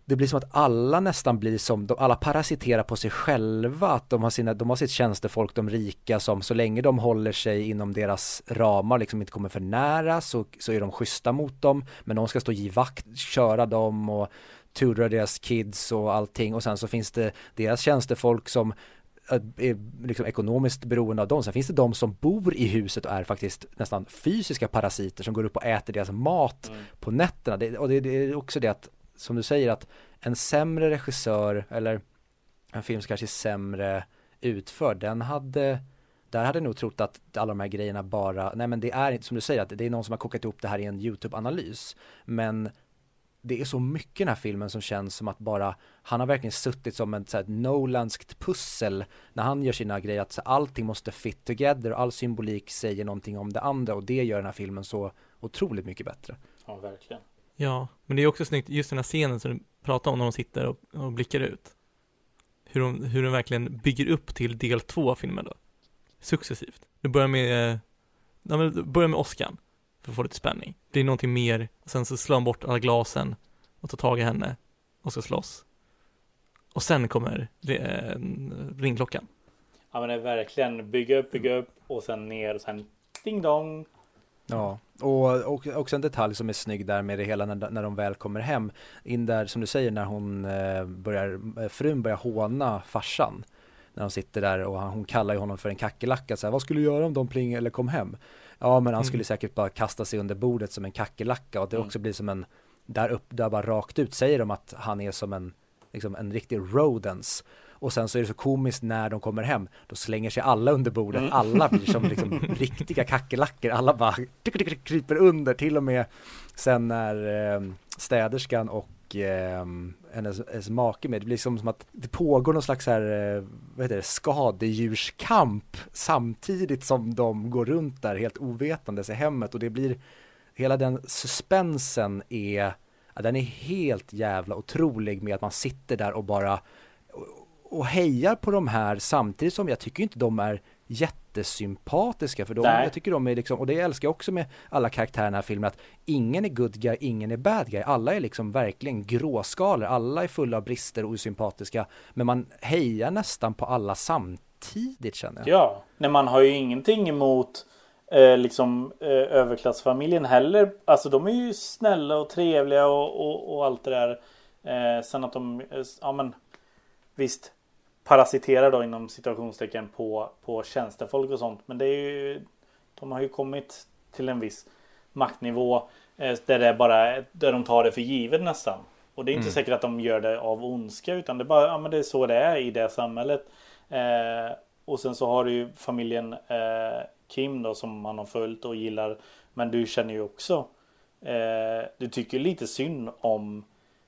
det blir som att alla nästan blir som, alla parasiterar på sig själva, att de har sitt tjänstefolk, de rika, som så länge de håller sig inom deras ramar, liksom inte kommer för nära, så är de schyssta mot dem, men de ska stå i vakt, köra dem och tutora deras kids och allting, och sen så finns det deras tjänstefolk som är liksom ekonomiskt beroende av dem. Sen finns det de som bor i huset och är faktiskt nästan fysiska parasiter som går upp och äter deras mat på nätterna. Det är också det att, som du säger, att en sämre regissör eller en film som kanske är sämre utförd, där hade jag nog trott att alla de här grejerna bara, nej men det är inte som du säger, att det är någon som har kokat ihop det här i en YouTube-analys, men det är så mycket i den här filmen som känns som att bara, han har verkligen suttit som ett Nolanskt pussel när han gör sina grejer, att allting måste fit together och all symbolik säger någonting om det andra, och det gör den här filmen så otroligt mycket bättre. Ja, verkligen. Ja, men det är också snyggt, just den här scenen som du pratar om när de sitter och blickar ut. Hur de verkligen bygger upp till del 2 av filmen då. Successivt. Du börjar med Oscar för att få lite spänning. Det är någonting mer. Och sen så slår han bort alla glasen och tar tag i henne och ska slåss. Och sen kommer ringklockan. Ja, men det är verkligen bygga upp och sen ner och sen ding dong. Ja, och också en detalj som är snygg där med det hela när de väl kommer hem. In där, som du säger, när frun börjar håna farsan. När de sitter där och hon kallar ju honom för en kackerlacka. Så här, vad skulle du göra om de pling eller kom hem? Ja, men han skulle säkert bara kasta sig under bordet som en kackerlacka. Och det också blir som en, där bara rakt ut säger de att han är som en riktig rodents. Och sen så är det så komiskt när de kommer hem. Då slänger sig alla under bordet. Alla blir som liksom riktiga kackerlackor. Alla bara kryper under. Till och med sen när städerskan och hennes make med. Det blir som att det pågår någon slags skadedjurskamp samtidigt som de går runt där helt ovetandes i hemmet. Och det blir, hela den suspensen den är helt jävla otrolig med att man sitter där och bara och hejar på de här, samtidigt som jag tycker inte de är jättesympatiska, för jag tycker de är liksom, och det älskar jag också med alla karaktärer i den här filmen, att ingen är good guy, ingen är bad guy, alla är liksom verkligen gråskalor, alla är fulla av brister och osympatiska, men man hejar nästan på alla samtidigt, känner jag. Ja, nej, man har ju ingenting emot överklassfamiljen heller, alltså de är ju snälla och trevliga och allt det där, sen att de, ja men visst, parasiterar då inom situationstecken på tjänstefolk och sånt. Men det är ju, de har ju kommit till en viss maktnivå där det bara, där de tar det för givet nästan. Och det är inte säkert att de gör det av ondska, utan det är bara, ja men det är så det är i det samhället. Och sen så har du ju familjen Kim då, som man har följt och gillar. Men du känner ju också, du tycker lite synd om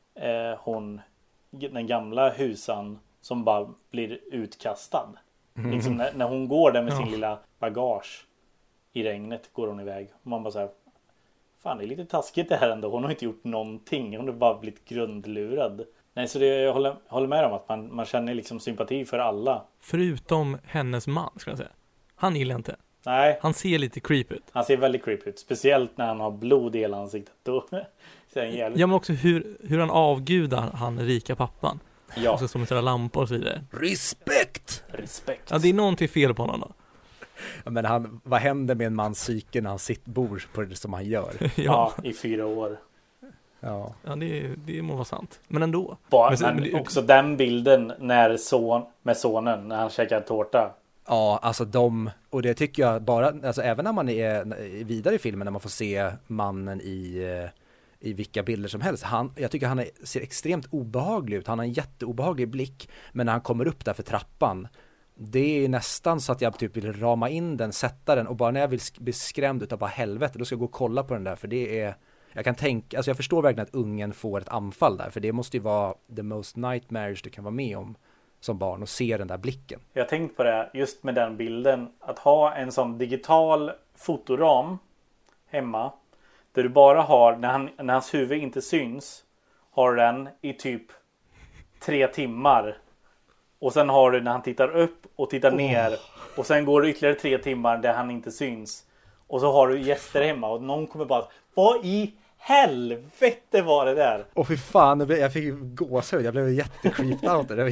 den gamla husan som bara blir utkastad. Liksom när hon går där med sin lilla bagage i regnet, går hon iväg. Och man bara så här, fan, det är lite taskigt det här ändå. Hon har inte gjort någonting. Hon har bara blivit grundlurad. Nej, så jag håller med om att man känner liksom sympati för alla. Förutom hennes man, ska jag säga. Han gillar inte. Nej. Han ser lite creepy ut. Han ser väldigt creepy ut. Speciellt när han har blod i hela ansiktet. Då ja, men också hur han avgudar han rika pappan. Ja. Och så står med sina lampor och så vidare. Respekt! Ja, det är någonting fel på honom då. Ja, men vad händer med en mans psyke när han bor på det som han gör? Ja, i 4 år. Ja, det må vara sant. Men ändå. Men också den bilden med sonen när han käkar tårta. Ja, alltså och det tycker jag bara, alltså även när man är vidare i filmen, när man får se mannen i vilka bilder som helst. Jag tycker han ser extremt obehaglig ut. Han har en jätteobehaglig blick, men när han kommer upp där för trappan, det är nästan så att jag typ vill rama in den, sätta den, och bara när jag vill bli skrämd utav bara helvete, då ska jag gå och kolla på den där, för det är, jag kan tänka, alltså jag förstår verkligen att ungen får ett anfall där, för det måste ju vara the most nightmares du kan vara med om som barn, och se den där blicken. Jag har tänkt på det just med den bilden, att ha en sån digital fotoram hemma där du bara har, när hans huvud inte syns, har den i typ 3 timmar. Och sen har du när han tittar upp och tittar ner. Och sen går det ytterligare 3 timmar där han inte syns. Och så har du gäster hemma och någon kommer bara, vad i helvete var det där? Och fy fan, jag fick gåshud. Jag blev jättecreeped out där.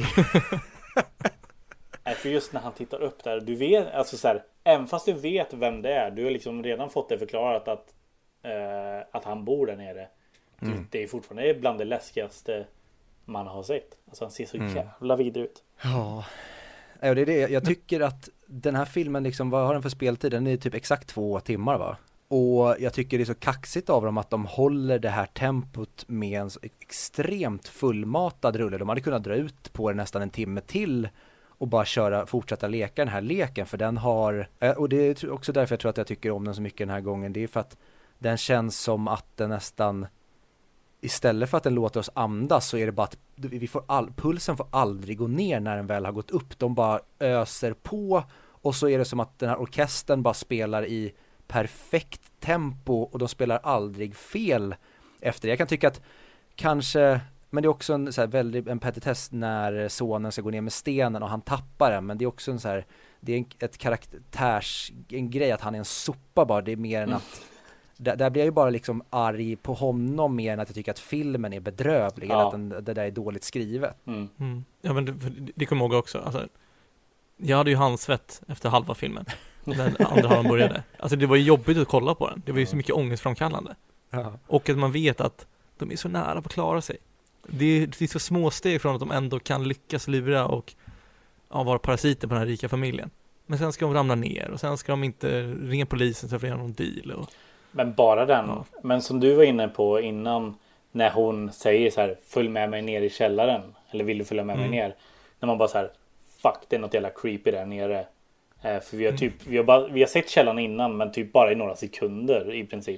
Nej, för just när han tittar upp där, du vet, alltså så här, även fast du vet vem det är, du har liksom redan fått det förklarat att han bor där nere. Det är fortfarande bland det läskigaste man har sett. Alltså han ser så jävla vidrig ut. Ja, det är det. Jag tycker att den här filmen liksom, vad har den för speltid? Den är typ exakt 2 timmar, va? Och jag tycker det är så kaxigt av dem att de håller det här tempot med en så extremt fullmatad rulle. De hade kunnat dra ut på det nästan en timme till och bara fortsätta leka den här leken, för den har, och det är också därför jag tror att jag tycker om den så mycket den här gången, det är för att den känns som att den nästan, istället för att den låter oss andas, så är det bara att pulsen får aldrig gå ner när den väl har gått upp. De bara öser på, och så är det som att den här orkestern bara spelar i perfekt tempo, och de spelar aldrig fel efter det. Jag kan tycka att kanske, men det är också en så här en petitess när sonen ska gå ner med stenen och han tappar den, men det är också en så här, det är en grej att han är en sopa bara, det är mer än att där blir jag ju bara liksom arg på honom mer än att jag tycker att filmen är bedrövlig, eller att det där är dåligt skrivet. Ja, men det kommer jag ihåg också, alltså, jag hade ju handsvett efter halva filmen när andra halvan började. Alltså det var ju jobbigt att kolla på den. Det var ju så mycket ångestframkallande. Och att man vet att de är så nära på att klara sig. Det är så små steg från att de ändå kan lyckas lura och vara parasiter på den här rika familjen. Men sen ska de ramla ner, och sen ska de inte ringa polisen så att de får någon deal. Men bara den. Ja. Men som du var inne på innan, när hon säger så här, följ med mig ner i källaren. Eller vill du följa med mig ner? När man bara så här, fuck, det är något jävla creepy där nere. För vi har typ, vi har sett källan innan, men typ bara i några sekunder i princip.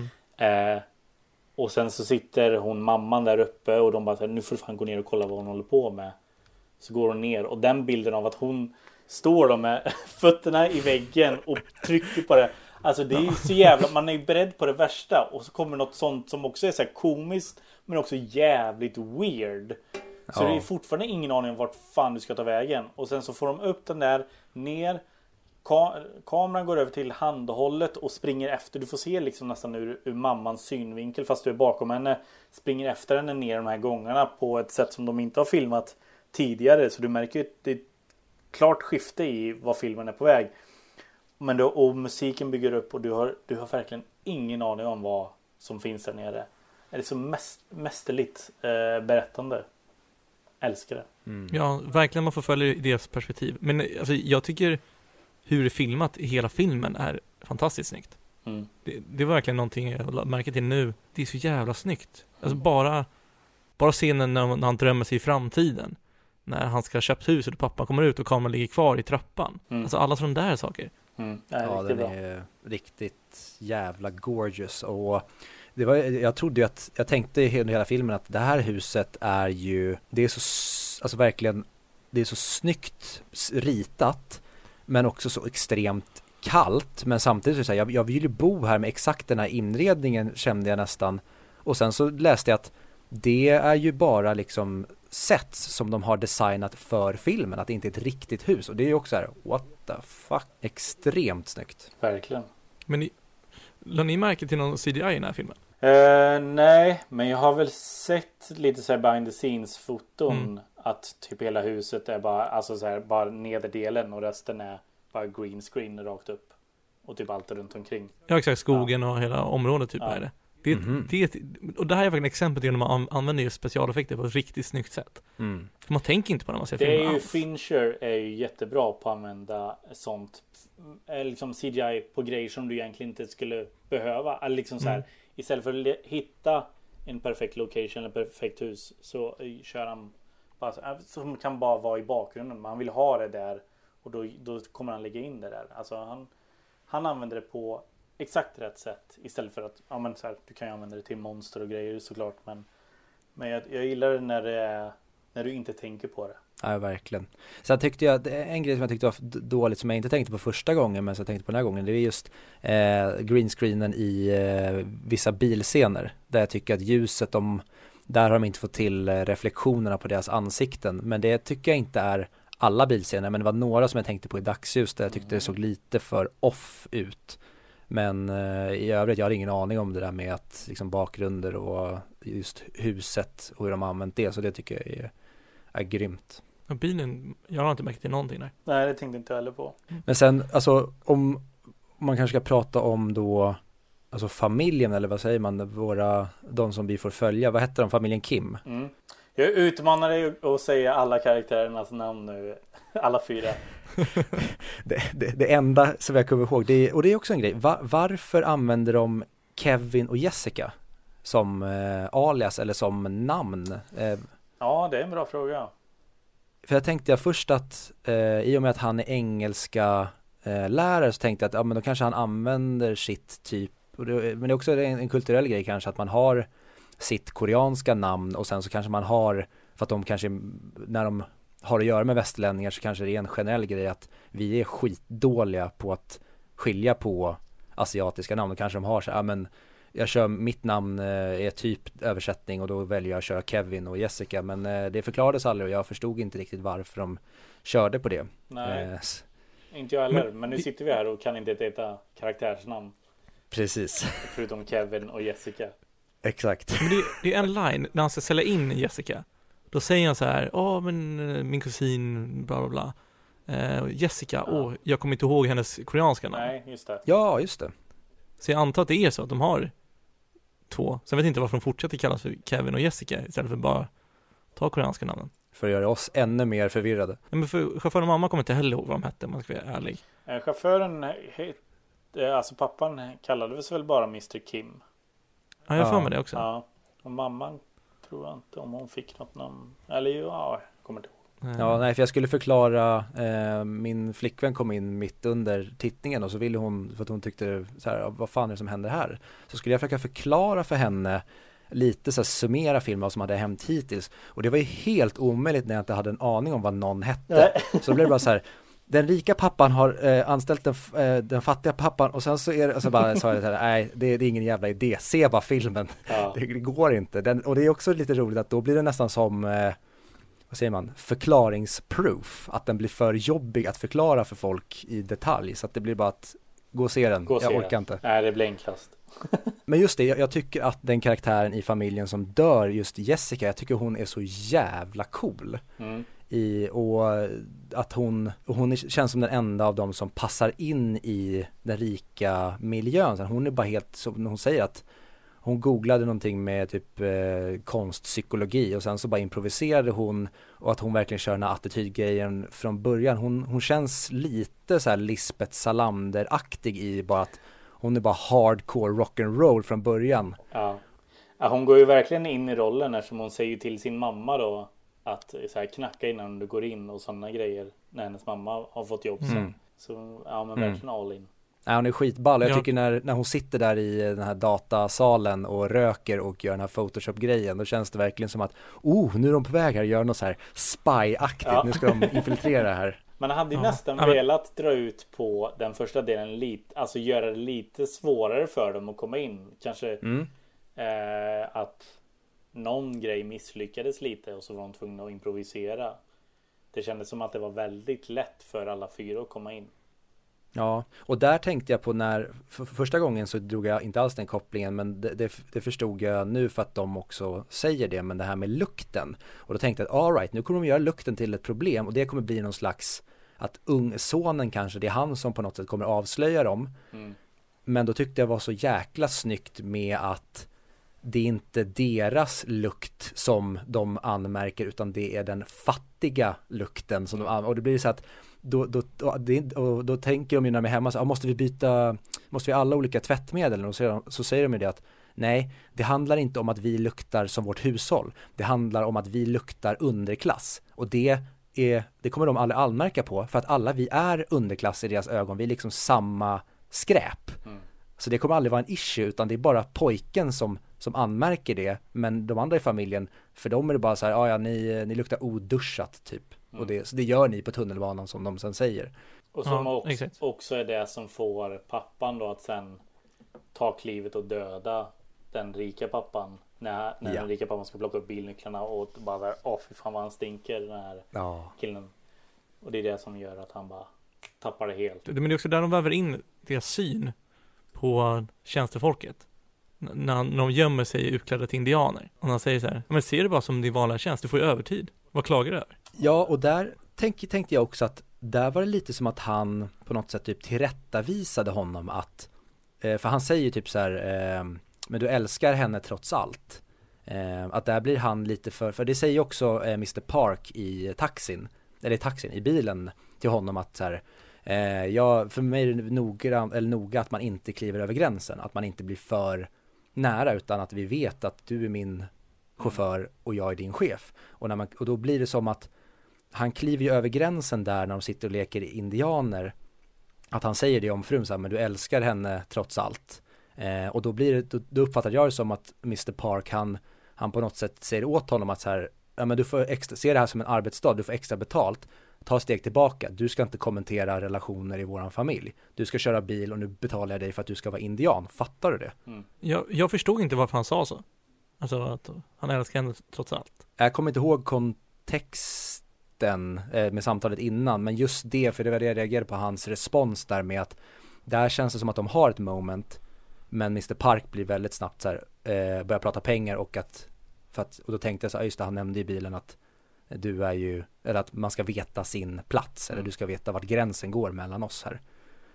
Och sen så sitter mamman där uppe, och de bara säger, nu får du fan gå ner och kolla vad hon håller på med. Så går hon ner, och den bilden av att hon står då med fötterna i väggen och trycker på det. Alltså det är ju så jävla, man är ju beredd på det värsta, och så kommer något sånt som också är så här komiskt, men också jävligt weird. Så det är fortfarande ingen aning om vart fan du ska ta vägen. Och sen så får de upp den där ner. Kameran går över till handhållet och springer efter. Du får se liksom nästan ur mammans synvinkel, fast du är bakom henne. Springer efter henne ner de här gångarna på ett sätt som de inte har filmat tidigare. Så du märker ju att det är ett klart skifte i vad filmen är på väg. Men då, och musiken bygger upp, och du har verkligen ingen aning om vad som finns där nere. Det är så mästerligt berättande. Älskar det. Ja, verkligen, man får följa deras perspektiv. Men alltså, jag tycker hur det är filmat i hela filmen är fantastiskt snyggt. Det var verkligen någonting jag märker till nu. Det är så jävla snyggt. Alltså bara scenen när han drömmer sig i framtiden. När han ska köpa hus och pappa kommer ut och kameran ligger kvar i trappan. Alltså alla sådana där saker. Ja, den är riktigt jävla gorgeous. Och det var, jag tänkte under hela filmen att det här huset är ju, det är så, alltså verkligen, det är så snyggt ritat, men också så extremt kallt. Men samtidigt så jag vill ju bo här med exakt den här inredningen, kände jag nästan. Och sen så läste jag att det är ju bara liksom sets som de har designat för filmen, att det inte är ett riktigt hus. Och det är ju också här, what the fuck, extremt snyggt. Verkligen. Men lade ni märke till någon CGI i den här filmen? Nej, men jag har väl sett lite så här behind the scenes foton, att typ hela huset är bara, alltså så här, bara nederdelen, och resten är bara green screen rakt upp, och typ allt runt omkring. Ja, exakt, skogen och hela området typ är det. Och det här är verkligen exempel till när man använder just specialeffekter på ett riktigt snyggt sätt. För man tänker inte på det när man ser filmen alls. Fincher är ju jättebra på att använda sånt, liksom CGI på grejer som du egentligen inte skulle behöva. Eller liksom så här, istället för att hitta en perfekt location eller perfekt hus, så kör han bara, som kan bara vara i bakgrunden. Man vill ha det där, och då kommer han lägga in det där. Alltså han använder det på exakt rätt sätt, istället för att så här, du kan ju använda det till monster och grejer såklart, men jag gillar det när du inte tänker på det. Ja, verkligen. Sen tyckte jag, en grej som jag tyckte var dåligt, som jag inte tänkte på första gången, men som jag tänkte på den här gången, det är just greenscreenen i vissa bilscener, där jag tycker att ljuset, där har de inte fått till reflektionerna på deras ansikten, men det tycker jag inte är alla bilscener, men det var några som jag tänkte på i dagsljus där jag tyckte det såg lite för off ut. Men i övrigt, jag har ingen aning om det där med att liksom bakgrunder och just huset och hur de har använt det. Så det tycker jag är grymt. Och bilen, jag har inte märkt till någonting där. Nej, det tänkte inte jag heller på. Men sen, alltså om man kanske ska prata om då, alltså familjen eller vad säger man, de som vi får följa, vad heter de, familjen Kim? Mm. Jag utmanar dig att säga alla karaktärernas namn nu, alla 4. det enda som jag kommer ihåg, och det är också en grej, varför använder de Kevin och Jessica som alias eller som namn? Ja, det är en bra fråga. För jag tänkte först att i och med att han är engelska lärare så tänkte jag att men då kanske han använder sitt typ, men det är också en kulturell grej kanske att man har sitt koreanska namn och sen så kanske man har, för att de kanske när de har att göra med västerlänningar så kanske det är en generell grej att vi är skitdåliga på att skilja på asiatiska namn och kanske de har så men jag kör, mitt namn är typ översättning och då väljer jag att köra Kevin och Jessica, men det förklarades aldrig och jag förstod inte riktigt varför de körde på det. Nej, inte jag heller, men nu sitter vi här och kan inte heta karaktärsnamn. Precis. Förutom Kevin och Jessica. Exakt. Men det är en line när han ska sälja in Jessica. Då säger han så här, men min kusin, bla bla bla. Jessica, jag kommer inte ihåg hennes koreanska namn. Nej, just det. Ja, just det. Så jag antar att det är så att de har 2. Sen vet jag inte varför de fortsätter kallas för Kevin och Jessica istället för bara ta koreanska namnen. För att göra oss ännu mer förvirrade. Nej, men för chauffören och mamma kommer inte heller ihåg vad de hette, om man ska vara ärlig. Chauffören, alltså pappan kallade sig väl bara Mr. Kim. Ja, jag får med det också. Ja, och mamman tror jag inte om hon fick något namn. Eller jag kommer inte ihåg. Ja, nej, för jag skulle förklara, min flickvän kom in mitt under tittningen och så ville hon, för att hon tyckte så här, vad fan är det som händer här? Så skulle jag försöka förklara för henne lite så här, summera filmer som hade hänt hittills. Och det var ju helt omöjligt när jag inte hade en aning om vad någon hette. Så då blev det bara så här, den rika pappan har anställt den fattiga pappan och sen så är det, och så bara sa jag så här, nej, det är ingen jävla idé, se bara filmen. Ja. Det går inte. Och det är också lite roligt att då blir det nästan som vad säger man, förklaringsproof, att den blir för jobbig att förklara för folk i detalj, så att det blir bara att gå och se den, jag orkar inte. Nej, det blir en kast. Men just det, jag tycker att den karaktären i familjen som dör, just Jessica, jag tycker hon är så jävla cool. Och att hon känns som den enda av dem som passar in i den rika miljön. Hon är bara helt, som hon säger, att hon googlade någonting med typ konstpsykologi och sen så bara improviserade hon, och att hon verkligen kör den här attitydgrejen från början. Hon känns lite så här Lisbeth Salander-aktig i bara att hon är bara hardcore rock'n'roll från början. Ja, hon går ju verkligen in i rollen, eftersom hon säger till sin mamma då att så här, knacka innan du går in och sådana grejer när hennes mamma har fått jobb sen. Så ja, men verkligen all in. Ja, hon är skitball. Jag tycker när hon sitter där i den här datasalen och röker och gör den här Photoshop-grejen, då känns det verkligen som att nu är de på väg här och gör något så här spy-aktigt. Nu ska de infiltrera här. Man hade ju nästan velat dra ut på den första delen lite, alltså göra det lite svårare för dem att komma in. Kanske att någon grej misslyckades lite och så var de tvungna att improvisera. Det kändes som att det var väldigt lätt för alla 4 att komma in. Ja, och där tänkte jag på när för första gången så drog jag inte alls den kopplingen, men det förstod jag nu för att de också säger det, men det här med lukten. Och då tänkte jag att all right, nu kommer de göra lukten till ett problem och det kommer bli någon slags att sonen kanske, det är han som på något sätt kommer avslöja dem. Men då tyckte jag var så jäkla snyggt med att det är inte deras lukt som de anmärker, utan det är den fattiga lukten som och det blir så att då tänker de ju när de är hemma så, måste vi alla olika tvättmedel, och så säger de ju det att nej, det handlar inte om att vi luktar som vårt hushåll, det handlar om att vi luktar underklass, och det kommer de aldrig anmärka på, för att alla vi är underklass i deras ögon, vi är liksom samma skräp. Så det kommer aldrig vara en issue, utan det är bara pojken som anmärker det, men de andra i familjen, för dem är det bara så här, ni luktar oduschat typ. Och så det gör ni på tunnelbanan, som de sen säger. Och som också är det som får pappan då att sen ta klivet och döda den rika pappan när den rika pappan ska plocka upp bilnycklarna och bara där, fy fan vad han stinker, den här killen. Och det är det som gör att han bara tappar det helt. Men det är också där de väver in deras syn på tjänstefolket. När de gömmer sig utklädda till indianer. Och han säger så här, men ser du bara som din vanliga tjänst, du får ju övertid. Vad klagar du över? Ja, och där tänkte jag också att där var det lite som att han på något sätt typ tillrättavisade honom att, för han säger ju typ så här, men du älskar henne trots allt. Att där blir han lite för det säger ju också Mr. Park i taxin, i bilen till honom att så här, för mig är det noga att man inte kliver över gränsen, att man inte blir för nära, utan att vi vet att du är min chaufför och jag är din chef. Och då blir det som att han kliver ju över gränsen där när de sitter och leker indianer, att han säger det om frun så här, men du älskar henne trots allt. Och då uppfattar jag det som att Mr. Park han på något sätt säger åt honom att så här, ja, men du får se det här som en arbetsdag, du får extra betalt, ta steg tillbaka, du ska inte kommentera relationer i våran familj, du ska köra bil och nu betalar jag dig för att du ska vara indian, fattar du det? Jag förstod inte varför han sa så, alltså att han älskar henne trots allt. Jag kommer inte ihåg kontexten med samtalet innan, men just det, för det var det jag reagerade på hans respons där med att där känns det som att de har ett moment, men Mr. Park blir väldigt snabbt så här, börjar prata pengar och och då tänkte jag så här, just det, han nämnde i bilen att du är ju, eller att man ska veta sin plats, eller du ska veta vart gränsen går mellan oss här.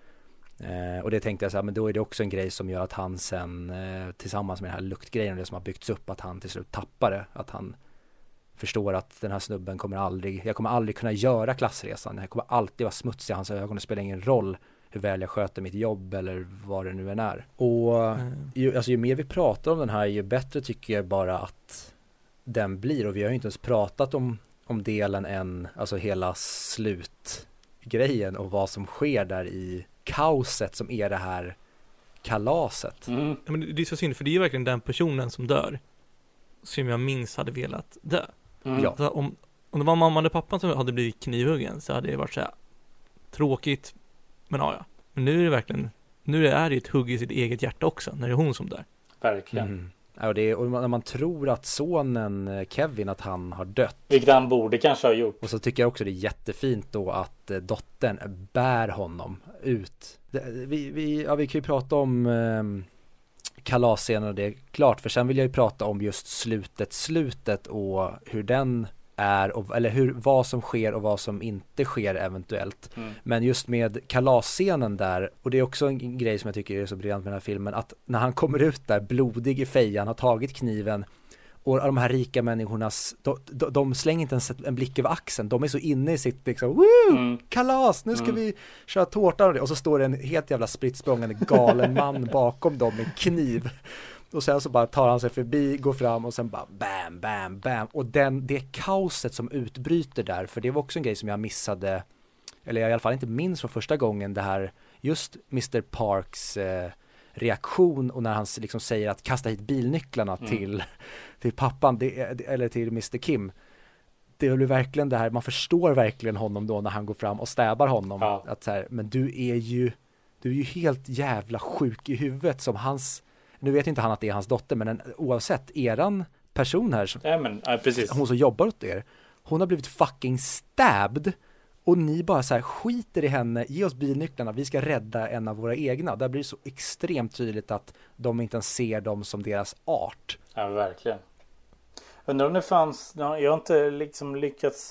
Och det tänkte jag så här, men då är det också en grej som gör att han sen tillsammans med den här luktgrejen och det som har byggts upp, att han till slut tappar det, att han förstår att den här snubben jag kommer aldrig kunna göra klassresan, jag kommer alltid vara smutsig i hans ögon, det spelar ingen roll hur väl jag sköter mitt jobb eller vad det nu än är. Och ju mer vi pratar om den här, ju bättre tycker jag bara att den blir. Och vi har ju inte ens pratat om delen än, alltså hela slutgrejen och vad som sker där i kaoset som är det här kalaset. Ja, men det är så synd, för det är verkligen den personen som dör som jag minst hade velat dö. Ja. Så om det var mamman eller pappan som hade blivit knivhuggen så hade det varit så här tråkigt. Men ja. Men nu är det verkligen, nu är det ett hugg i sitt eget hjärta också, när det är hon som dör. Verkligen. Ja, och när man tror att sonen Kevin, att han har dött. Vilket han borde kanske ha gjort. Och så tycker jag också det är jättefint då att dottern bär honom ut. Vi kan ju prata om kalasscenen och det är klart, för sen vill jag ju prata om just slutet och hur den är, eller vad som sker och vad som inte sker eventuellt. Men just med kalasscenen där, och det är också en grej som jag tycker är så briljant med den här filmen, att när han kommer ut där blodig i fejan, har tagit kniven, och de här rika människorna de slänger inte ens en blick över axeln, de är så inne i sitt liksom, kalas, nu ska vi köra tårta, och så står det en helt jävla sprittsprångande galen man bakom dem med kniv. Och sen så bara tar han sig förbi, går fram och sen bara bam, bam, bam. Och det kaoset som utbryter där, för det var också en grej som jag missade, eller jag i alla fall inte minns från första gången, det här just Mr. Parks reaktion, och när han liksom säger att kasta hit bilnycklarna till pappan, eller till Mr. Kim. Det blir verkligen det här, man förstår verkligen honom då när han går fram och stäbar honom. Ja. Att så här, men du är ju helt jävla sjuk i huvudet som hans. Nu vet inte han att det är hans dotter, men oavsett, eran person här, precis. Hon som jobbar åt er, hon har blivit fucking stabbed, och ni bara så här skiter i henne, ge oss bilnycklarna, vi ska rädda en av våra egna. Där blir det så extremt tydligt att de inte ens ser dem som deras art. Ja, verkligen. Undrar om det fanns, jag har inte liksom lyckats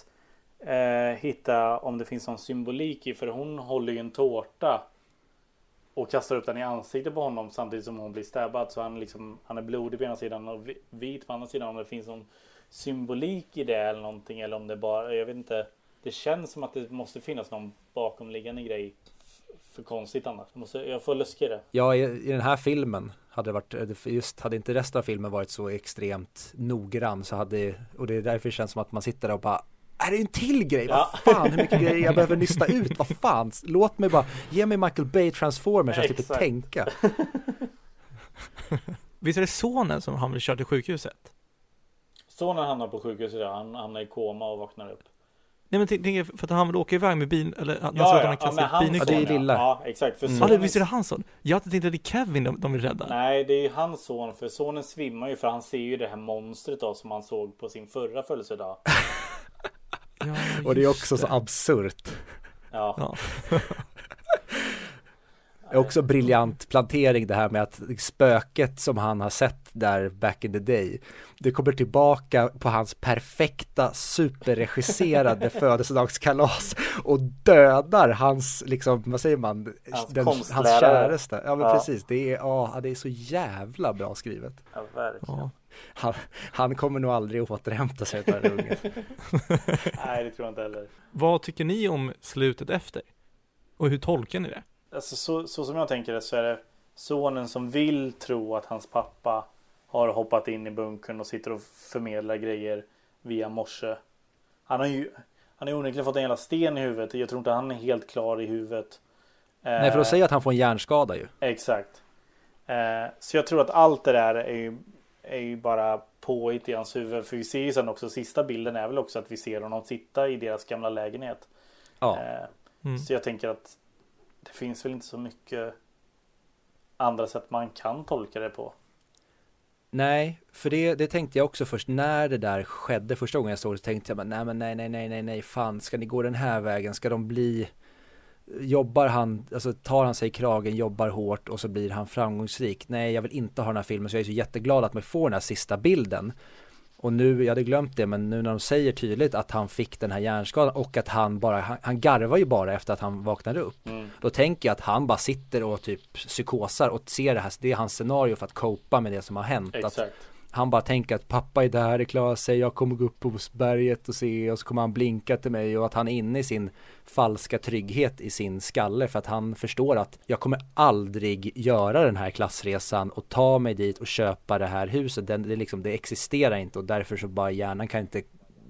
hitta om det finns någon symbolik i, för hon håller ju en tårta och kastar upp den i ansiktet på honom samtidigt som hon blir stabbad, så han är blodig på ena sidan och vit på andra sidan. Om det finns någon symbolik i det eller någonting, eller om det bara, jag vet inte. Det känns som att det måste finnas någon bakomliggande grej, för konstigt annars. Jag får luska det. Ja, i den här filmen hade inte resten av filmen varit så extremt noggrann, och det är därför det känns som att man sitter där och bara, är det en till grej? Ja. Vad fan, hur mycket grejer jag behöver nysta ut? Vad fan? Låt mig bara, ge mig Michael Bay Transformers så jag slipper tänka. Visst är det sonen som han vill köra till sjukhuset? Sonen hamnar på sjukhuset, han hamnar i koma och vaknar upp. Nej, men tänk för att han vill åka iväg med bil, eller han sa att han kastar bil. Ja, det är lilla. Ja, exakt. För visst är det hans son? Jag tänkte att det är Kevin de vill rädda. Nej, det är ju hans son, för sonen svimmar ju, för han ser ju det här monstret då som han såg på sin förra födelsedag. Ja, och det är också så absurt. Ja. är också briljant plantering det här med att spöket som han har sett där back in the day, det kommer tillbaka på hans perfekta superregisserade födelsedagskalas och dödar hans, liksom, vad säger man, hans käraste. Ja, men precis, det är så jävla bra skrivet. Ja, verkligen. Ja. Han kommer nog aldrig återhämta sig på den ungen. Nej, det tror jag inte heller. Vad tycker ni om slutet efter? Och hur tolkar ni det? Alltså, så som jag tänker det så är det sonen som vill tro att hans pappa har hoppat in i bunkern och sitter och förmedlar grejer via morse. Han har ju onekligen fått en jävla sten i huvudet. Jag tror inte han är helt klar i huvudet. Nej, för att säga att han får en hjärnskada ju. Exakt. Så jag tror att allt det där är ju bara påhitt i hans huvud. För vi ser ju sen också, sista bilden är väl också att vi ser honom sitta i deras gamla lägenhet. Ja. Så jag tänker att det finns väl inte så mycket andra sätt man kan tolka det på. Nej, för det tänkte jag också först när det där skedde första gången jag såg det, så tänkte jag nej, fan, ska ni gå den här vägen? Ska de bli, tar han sig i kragen, jobbar hårt och så blir han framgångsrik? Nej, jag vill inte ha den här filmen, så jag är så jätteglad att man får den här sista bilden. Och nu, jag hade glömt det, men nu när de säger tydligt att han fick den här hjärnskadan och att han garvar ju bara efter att han vaknade upp. Då tänker jag att han bara sitter och typ psykosar och ser det här, det är hans scenario för att copa med det som har hänt. Exakt. Att han bara tänker att pappa är där, det klarar sig, jag kommer gå upp på berget och se, och så kommer han blinka till mig, och att han är inne i sin falska trygghet i sin skalle, för att han förstår att jag kommer aldrig göra den här klassresan och ta mig dit och köpa det här huset. Det existerar inte, och därför så bara hjärnan kan inte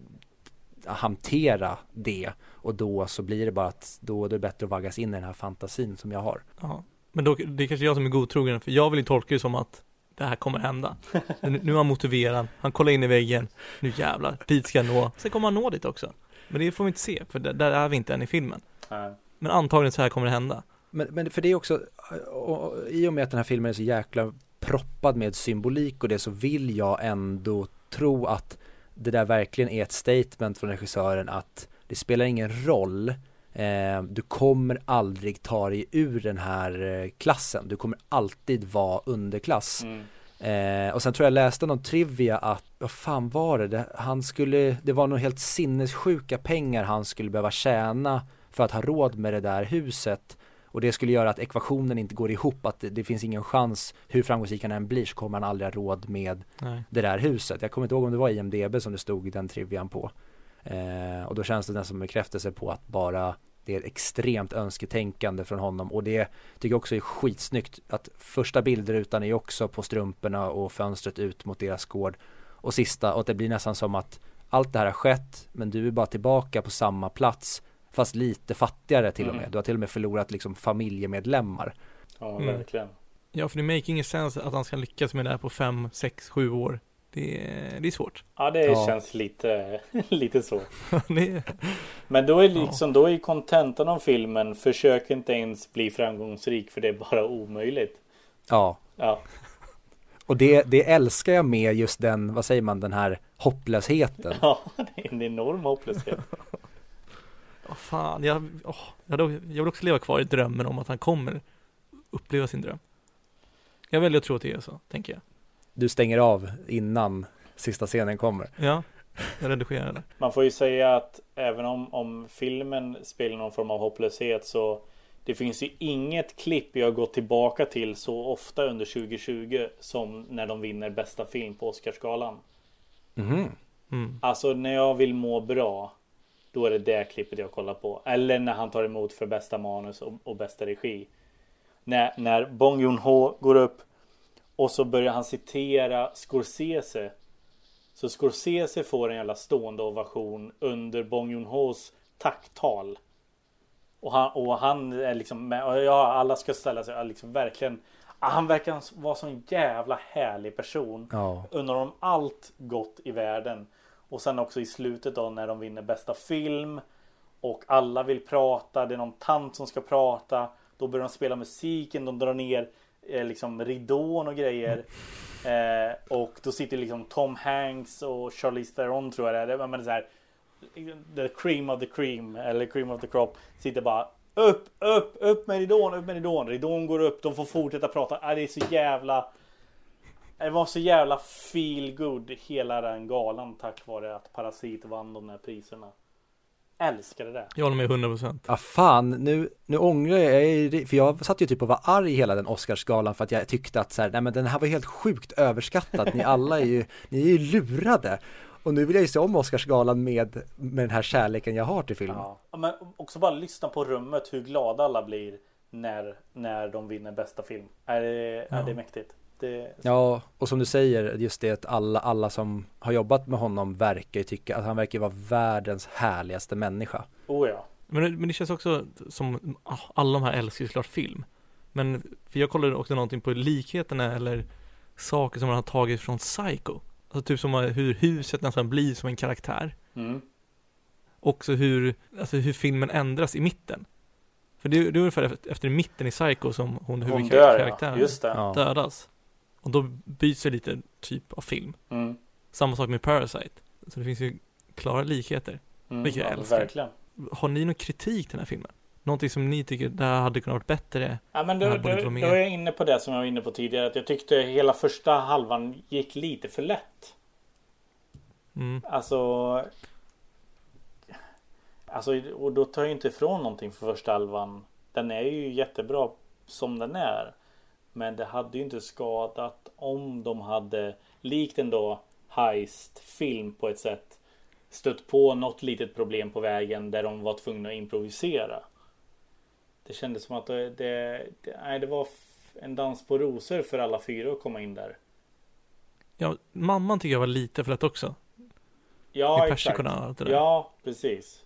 hantera det, och då så blir det bara att då är det bättre att vaggas in i den här fantasin som jag har. Ja, men då, det är kanske jag som är godtrogen, för jag vill ju tolka det som att det här kommer hända. Nu är han motiverad. Han kollar in i väggen. Nu jävlar, dit ska jag nå. Sen kommer han nå dit också. Men det får vi inte se, för där är vi inte än i filmen. Men antagligen så här kommer det hända. Men för det är också, i och med att den här filmen är så jäkla proppad med symbolik och det, så vill jag ändå tro att det där verkligen är ett statement från regissören att det spelar ingen roll. Du kommer aldrig ta dig ur den här klassen. Du kommer alltid vara underklass. Och sen tror jag läste någon trivia att, vad fan var det? Det var nog helt sinnessjuka pengar han skulle behöva tjäna för att ha råd med det där huset. Och det skulle göra att ekvationen inte går ihop, att det finns ingen chans, hur framgångsrik han än blir så kommer han aldrig ha råd med det där huset. Jag kommer inte ihåg om det var IMDb som det stod den trivian på. Och då känns det nästan som en bekräftelse på att bara det är ett extremt önsketänkande från honom, och det tycker jag också är skitsnyggt att första bildrutan är också på strumporna och fönstret ut mot deras gård, och sista, och det blir nästan som att allt det här har skett men du är bara tillbaka på samma plats fast lite fattigare till och med. Du har till och med förlorat liksom familjemedlemmar. Ja, verkligen. Ja, för det make ingen sense att han ska lyckas med det här på 5, 6, 7 år. Det är svårt. Ja, det känns lite så. det... Men då är liksom, då är kontentan av filmen, försök inte ens bli framgångsrik för det är bara omöjligt. Ja. Och det älskar jag med just den, vad säger man, den här hopplösheten. Ja, det är en enorm hopplöshet. Fan, jag vill också leva kvar i drömmen om att han kommer uppleva sin dröm. Jag väljer att tro att det är så, tänker jag. Du stänger av innan sista scenen kommer. Ja, jag redigerar det. Man får ju säga att även om filmen spelar någon form av hopplöshet, så det finns ju inget klipp jag har gått tillbaka till så ofta under 2020 som när de vinner bästa film på Oscarsgalan. Alltså när jag vill må bra, då är det klippet jag kollar på. Eller när han tar emot för bästa manus och bästa regi. När Bong Joon-ho går upp och så börjar han citera Scorsese. Så Scorsese får en jävla stående ovation under Bong Joon-hos tacktal. Och han är liksom med, och alla ska ställa sig liksom verkligen. Han verkar vara så en jävla härlig person. Undrar om allt gott i världen. Och sen också i slutet då när de vinner bästa film och alla vill prata, det är någon tant som ska prata, då börjar de spela musiken, de drar ner liksom ridån och grejer. Och då sitter liksom Tom Hanks och Charlize Theron, tror jag det är så här, the cream of the cream eller cream of the crop, sitter bara Upp med ridån. Ridån går upp, de får fortsätta prata. Det är så jävla... Det var så jävla feel good hela den galan tack vare att Parasit vann de här priserna. Älskade det. Jag håller med 100%. Ja fan, nu ångrar jag, för jag satt ju typ och var arg hela den Oscarsgalan för att jag tyckte att så här, nej men den här var helt sjukt överskattad. Ni alla ni är ju lurade. Och nu vill jag ju se om Oscarsgalan med den här kärleken jag har till filmen. Ja, men också bara lyssna på rummet, hur glada alla blir när de vinner bästa film. Är det mäktigt? Ja, och som du säger, just det att alla som har jobbat med honom verkar ju tycka att han verkar vara världens härligaste människa. Oh ja. Men det känns också som alla de här älskar ju såklart film. Men för jag kollade också någonting på likheterna eller saker som man har tagit från Psycho. Alltså typ som hur huset nästan blir som en karaktär. Mm. Också hur filmen ändras i mitten. För det är ungefär efter mitten i Psycho som hon huvudkaraktären dödas. Och då byts det lite typ av film. Mm. Samma sak med Parasite. Så det finns ju klara likheter. Vilket jag älskar. Verkligen. Har ni någon kritik till den här filmen? Någonting som ni tycker det här hade kunnat varit bättre? Ja, men då är jag inne på det som jag var inne på tidigare. Att jag tyckte hela första halvan gick lite för lätt. Mm. Alltså, och då tar jag inte ifrån någonting för första halvan. Den är ju jättebra som den är. Men det hade ju inte skadat om de hade likt ändå heist-film på ett sätt stött på något litet problem på vägen där de var tvungna att improvisera. Det kändes som att det var en dans på rosor för alla fyra att komma in där. Ja, mamman tycker jag var lite för lätt också. Ja, exakt. Ja, precis.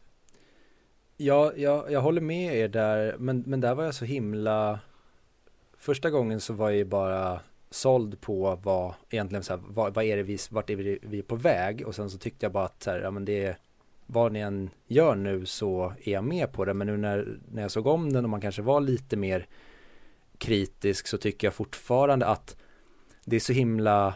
Ja, jag håller med er där, men där var jag så himla... Första gången så var jag bara såld på vad egentligen så här, vart är vi på väg, och sen så tyckte jag bara att så här, ja men det vad ni än gör nu så är jag med på det, men nu när jag såg om den och man kanske var lite mer kritisk, så tycker jag fortfarande att det är så himla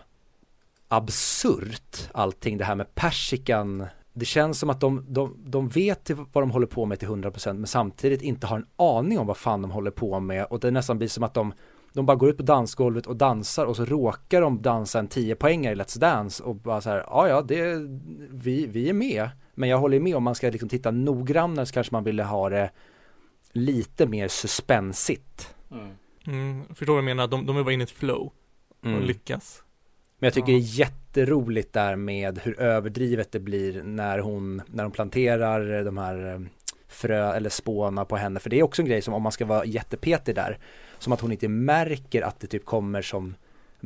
absurt allting det här med persikan. Det känns som att de vet vad de håller på med till 100%, men samtidigt inte har en aning om vad fan de håller på med, och det nästan blir som att de bara går ut på dansgolvet och dansar, och så råkar de dansa en 10-poängare i Let's Dance och bara så här, vi är med, men jag håller med, om man ska liksom titta noggrannare så kanske man ville ha det lite mer suspensigt. Förstår vad jag menar, de är bara inne i ett flow och lyckas. Men jag tycker det är jätteroligt där med hur överdrivet det blir när de planterar de här frö eller spåna på henne. För det är också en grej som, om man ska vara jättepetig där, som att hon inte märker att det typ kommer som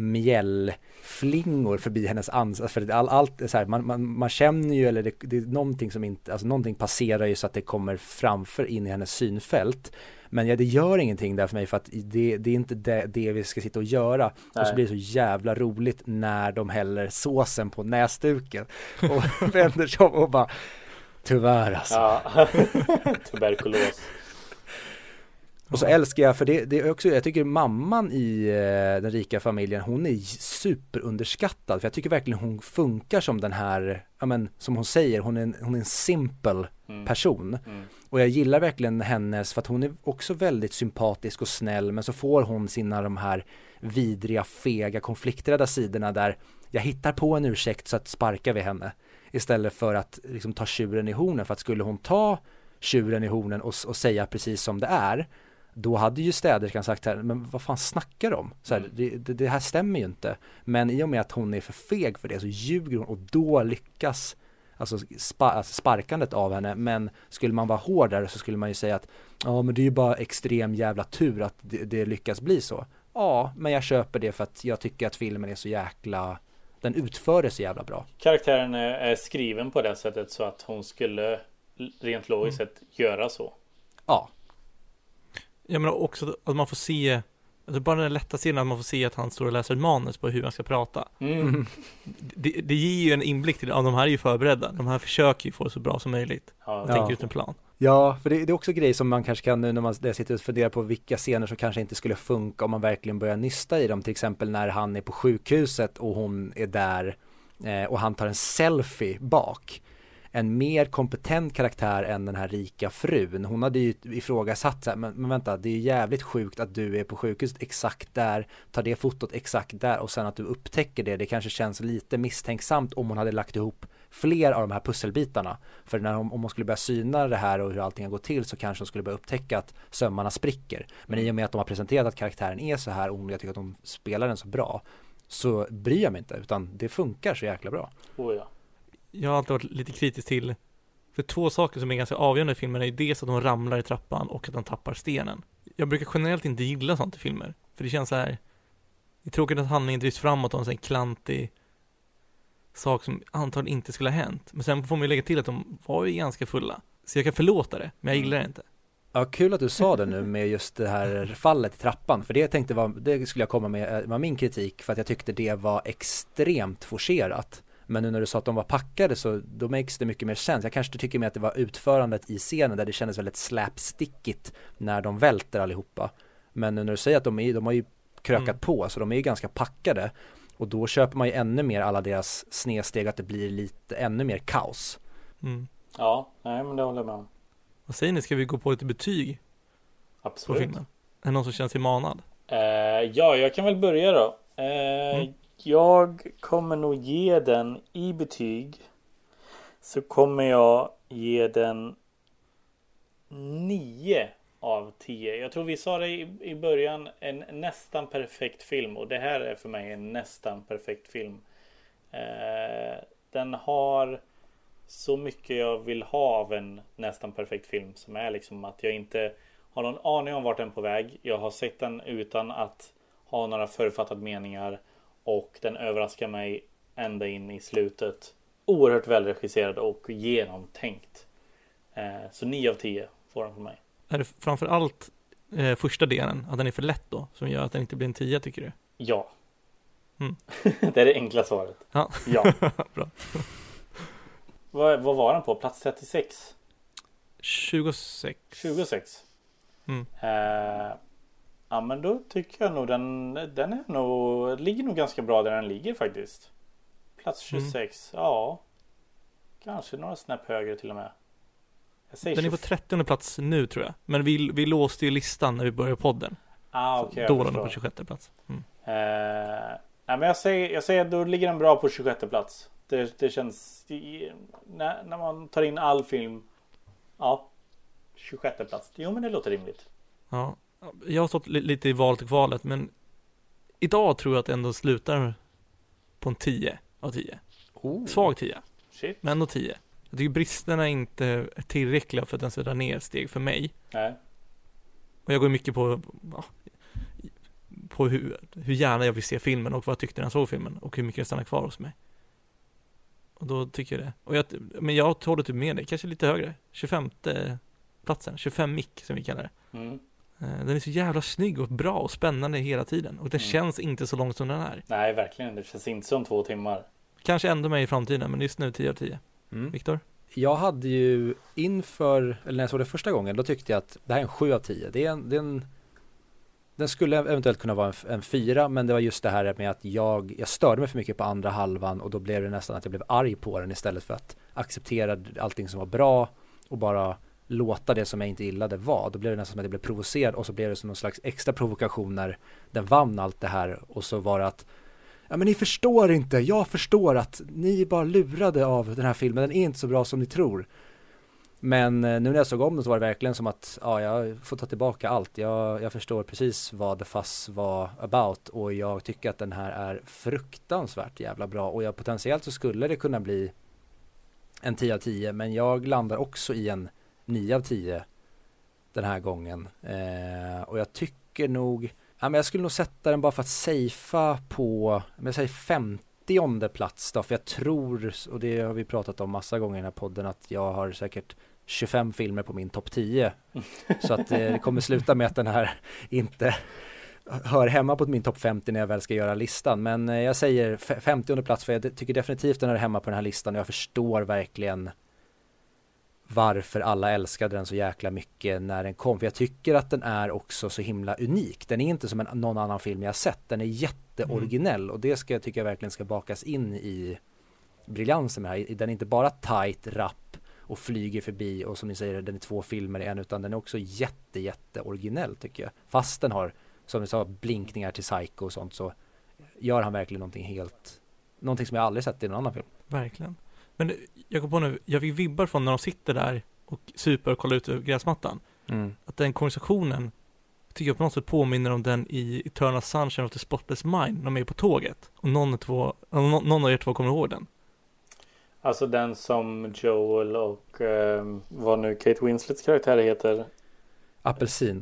mjällflingor förbi hennes ansikte. För allt är så här, man känner ju, eller det är någonting som inte, alltså någonting passerar ju så att det kommer framför in i hennes synfält. Men ja, det gör ingenting där för mig, för att det är inte det vi ska sitta och göra. Nej. Och så blir det så jävla roligt när de häller såsen på näsduken och vänder sig om och bara, tyvärr alltså. Ja. Tuberkulos. Och så älskar jag, för det är också, jag tycker mamman i den rika familjen, hon är superunderskattad, för jag tycker verkligen hon funkar som den här, ja men som hon säger, hon är en simpel person. Och jag gillar verkligen hennes, för att hon är också väldigt sympatisk och snäll, men så får hon sina de här vidriga, fega, konflikträdda sidorna där jag hittar på en ursäkt så att sparka vid henne istället för att liksom ta tjuren i hornen. För att skulle hon ta tjuren i hornen och säga precis som det är, då hade ju städerskan sagt här, men vad fan snackar de? Så här, det här stämmer ju inte. Men i och med att hon är för feg för det så ljuger hon, och då lyckas alltså sparkandet av henne. Men skulle man vara hårdare så skulle man ju säga att ja, men det är ju bara extrem jävla tur att det lyckas bli så. Ja, men jag köper det för att jag tycker att filmen är så jäkla, den utför det så jävla bra. Karaktären är skriven på det sättet så att hon skulle rent logiskt sett göra så. Ja. Jag menar också att man får se, alltså bara den lätta scenen att man får se att han står och läser ett manus på hur man ska prata. Det ger ju en inblick till, de här är ju förberedda. De här försöker ju få det så bra som möjligt. Tänker ut en plan. Ja, för det är också grejer som man kanske kan nu när man sitter och funderar på vilka scener som kanske inte skulle funka om man verkligen börjar nysta i dem. Till exempel när han är på sjukhuset och hon är där och han tar en selfie bak. en mer kompetent karaktär än den här rika frun. Hon hade ju ifrågasatt så här, men vänta, det är jävligt sjukt att du är på sjukhuset exakt där, tar det fotot exakt där och sen att du upptäcker det kanske känns lite misstänksamt om hon hade lagt ihop fler av de här pusselbitarna. För om hon skulle börja syna det här och hur allting har gått till så kanske hon skulle börja upptäcka att sömmarna spricker. Men i och med att de har presenterat att karaktären är så här och jag tycker att de spelar den så bra, så bryr jag mig inte, utan det funkar så jäkla bra. Oh ja. Jag har alltid varit lite kritisk till, för två saker som är ganska avgörande i filmen är ju dels att de ramlar i trappan och att de tappar stenen. Jag brukar generellt inte gilla sånt i filmer, för det känns så här, det är tråkigt att handlingen drivs framåt och en sån klantig sak som antagligen inte skulle ha hänt. Men sen får man ju lägga till att de var ju ganska fulla. Så jag kan förlåta det, men jag gillar det inte. Ja, kul att du sa det nu med just det här fallet i trappan. För det jag tänkte det skulle jag komma med var min kritik, för att jag tyckte det var extremt forcerat. Men nu när du sa att de var packade så då makes det mycket mer sens. Jag kanske tycker mer att det var utförandet i scenen där det kändes väldigt slapstickigt när de välter allihopa. Men nu när du säger att de har ju krökat på, så de är ju ganska packade. Och då köper man ju ännu mer alla deras snedsteg, att det blir lite ännu mer kaos. Mm. Ja, nej, men det håller jag med om. Vad säger ni? Ska vi gå på lite betyg Absolut. på filmen? Är det någon som känns sig manad? Ja, jag kan väl börja då. Jag kommer nog ge den i betyg. Så kommer jag ge den 9 av 10. Jag tror vi sa det i början, en nästan perfekt film. Och det här är för mig en nästan perfekt film. Den har så mycket jag vill ha av en nästan perfekt film, som är liksom att jag inte har någon aning om vart den är på väg. Jag har sett den utan att ha några förutfattade meningar, och den överraskar mig ända in i slutet. Oerhört välregisserad och genomtänkt. Så 9 av 10 får den från mig. Är det framförallt första delen, att den är för lätt då, som gör att den inte blir en 10, tycker du? Ja. Mm. Det är det enkla svaret. Ja. Bra. Vad var den på? Plats 36? 26. 26. Mm. Ja, men då tycker jag nog den är nog, ligger nog ganska bra där den ligger faktiskt. Plats 26. Ja. Kanske några snäpp högre till och med. Den är på 30:e plats nu, tror jag. Men vi låste ju listan när vi började podden. Okay, då var den på 26:e plats. Mm. Nej, men jag säger att då ligger den bra på 26:e plats. Det känns när man tar in all film. Ja, 26:e plats. Jo, men det låter rimligt. Ja, jag har stått lite i valet och kvalet, men idag tror jag att det ändå slutar på en 10 av 10. Svag 10. Shit. Men ändå 10. Jag tycker bristerna inte är tillräckliga för att den ska dra ner steg för mig. Nej. Och jag går mycket på hur gärna jag vill se filmen och vad jag tyckte när jag såg filmen och hur mycket den stannar kvar hos mig. Och då tycker jag det. Men jag håller typ med dig, kanske lite högre. 25:e platsen, 25 mick som vi kallar det. Mm. Den är så jävla snygg och bra och spännande hela tiden. Och den känns inte så långt som den är. Nej, verkligen. Det känns inte som 2 timmar. Kanske ändå med i framtiden, men just nu 10 av 10. Viktor? Jag hade ju eller när jag såg det första gången, då tyckte jag att det här är en 7 av 10. Den skulle eventuellt kunna vara en 4, men det var just det här med att jag störde mig för mycket på andra halvan, och då blev det nästan att jag blev arg på den istället för att acceptera allting som var bra och bara låta det som jag inte gillade vara. Då blev det nästan som att jag blev provocerad, och så blev det som någon slags extra provokation när den vann allt det här, och så var det att ja, men ni förstår inte, jag förstår att ni är bara lurade av den här filmen, den är inte så bra som ni tror. Men nu när jag såg om den så var det verkligen som att ja, jag får ta tillbaka allt. Jag förstår precis vad The Fuzz var about, och jag tycker att den här är fruktansvärt jävla bra, och potentiellt så skulle det kunna bli en 10 av 10, men jag landar också i en 9 av 10 den här gången. Och jag tycker nog men jag skulle nog sätta den bara för att safea på, jag säger 50:e plats då, för jag tror, och det har vi pratat om massa gånger i den här podden, att jag har säkert 25 filmer på min topp 10. Så att det kommer sluta med att den här inte hör hemma på min topp 50 när jag väl ska göra listan. Men jag säger 50:e plats, för jag tycker definitivt den är hemma på den här listan, och jag förstår verkligen varför alla älskade den så jäkla mycket när den kom. För jag tycker att den är också så himla unik. Den är inte som någon annan film jag sett. Den är jätteoriginell, och det tycker jag verkligen ska bakas in i briljansen med det här. Den är inte bara tight, rapp och flyger förbi och som ni säger, den är 2 filmer i en, utan den är också jätte originell tycker jag. Fast den har, som ni sa, blinkningar till Psycho och sånt, så gör han verkligen någonting som jag aldrig sett i någon annan film. Verkligen. Men jag kom på nu, jag fick vibbar från när de sitter där och super och kollar ut över gräsmattan. Att den konversationen tycker jag på något sätt påminner om den i Eternal Sunshine of the Spotless Mind när de är på tåget. Och någon av er två kommer ihåg den. Alltså den som Joel och vad nu Kate Winslets karaktär heter. Apelsin.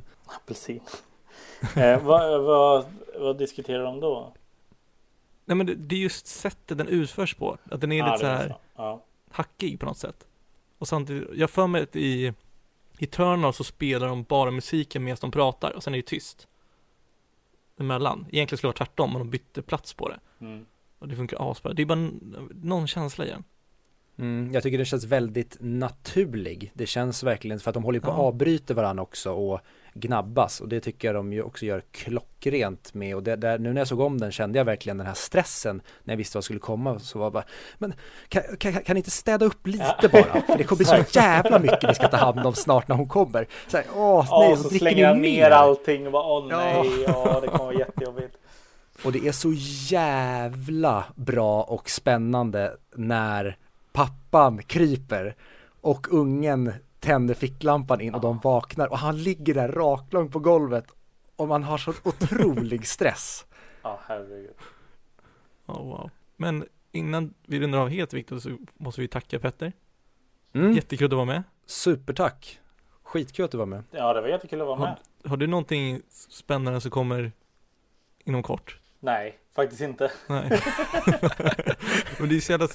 Vad diskuterar de då? Nej, men det är just sättet den utförs på. Att den är lite så här hackig på något sätt. Och samtidigt, jag för mig att i Eternal så spelar de bara musiken medan de pratar och sen är det tyst emellan. Egentligen skulle det vara tvärtom, men de bytte plats på det. Och det funkar asbra. Det är bara någon känsla igen. Jag tycker det känns väldigt naturlig. Det känns verkligen, för att de håller på att avbryta varandra också och gnabbas, och det tycker jag de ju också gör klockrent med. Och nu när jag såg om den kände jag verkligen den här stressen när jag visste vad skulle komma, så var bara, men kan ni inte städa upp lite bara, för det kommer bli så jävla mycket vi ska ta hand om snart när hon kommer. Så här, nej, så slänger jag ner allting och bara, nej, det kommer vara jättejobbigt. Och det är så jävla bra och spännande när pappan kryper och ungen tänder ficklampan in och de vaknar och han ligger där raklång på golvet och man har så otrolig stress. Ja, herregud. Wow. Men innan vi rundar av helt viktigt så måste vi tacka Petter. Jättekul att du var med. Supertack. Skitkul att du var med. Ja, det var jättekul att vara med. Har du någonting spännande som kommer inom kort? Nej, faktiskt inte. Nej. Men det är så jävla...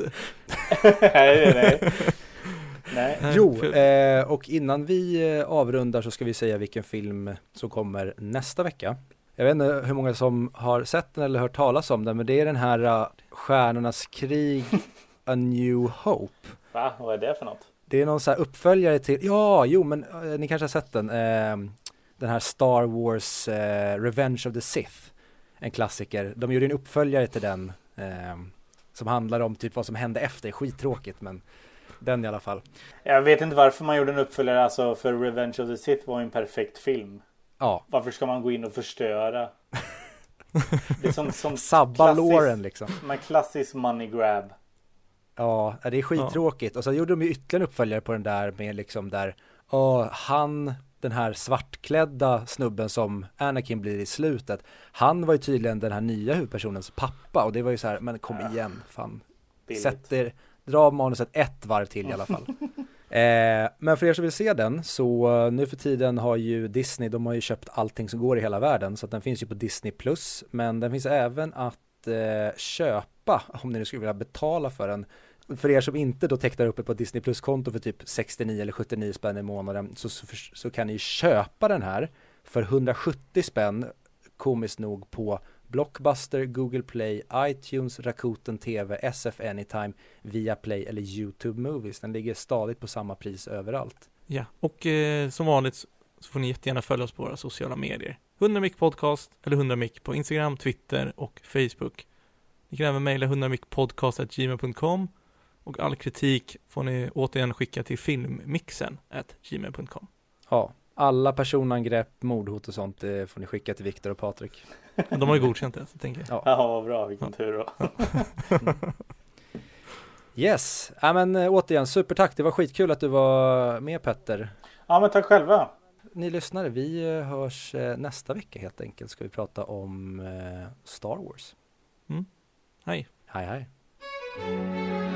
Nej. Jo, och innan vi avrundar så ska vi säga vilken film som kommer nästa vecka. Jag vet inte hur många som har sett den eller hört talas om den, men det är den här Stjärnornas krig A New Hope. Va? Vad är det för något? Det är någon så här uppföljare till, men ni kanske har sett den. Den här Star Wars Revenge of the Sith. En klassiker. De gjorde en uppföljare till den som handlar om typ vad som hände efter. Skittråkigt, men den i alla fall. Jag vet inte varför man gjorde en uppföljare, alltså, för Revenge of the Sith var en perfekt film. Ja. Varför ska man gå in och förstöra? Det är som sabba låren liksom. Men klassisk money grab. Ja, det är skittråkigt. Och så gjorde de ju ytterligare en uppföljare på den där med liksom där den här svartklädda snubben som Anakin blir i slutet, han var ju tydligen den här nya huvudpersonens pappa, och det var ju så här, men kom igen, fan. Dra manuset ett varv till i alla fall. Men för er som vill se den, så nu för tiden har ju Disney, de har ju köpt allting som går i hela världen, så att den finns ju på Disney+, men den finns även att köpa, om ni nu skulle vilja betala för den. För er som inte då tecknar upp på Disney Plus-konto för typ 69 eller 79 spänn i månaden, så kan ni köpa den här för 170 spänn, komiskt nog, på Blockbuster, Google Play, iTunes, Rakuten TV, SF Anytime, Viaplay eller YouTube Movies. Den ligger stadigt på samma pris överallt. Ja, och som vanligt så får ni jättegärna följa oss på våra sociala medier. 100mic podcast eller 100mic på Instagram, Twitter och Facebook. Ni kan även mejla 100micpodcast@gmail.com, och all kritik får ni återigen skicka till filmmixen@gmail.com. Ja, alla personangrepp, mordhot och sånt får ni skicka till Viktor och Patrik. De har ju godkänt det, så tänker jag. Ja, vad bra, vilken tur då. Yes, men återigen, supertack. Det var skitkul att du var med, Petter. Ja, men tack själva. Ni lyssnare, vi hörs nästa vecka helt enkelt. Ska vi prata om Star Wars. Hej. Hej.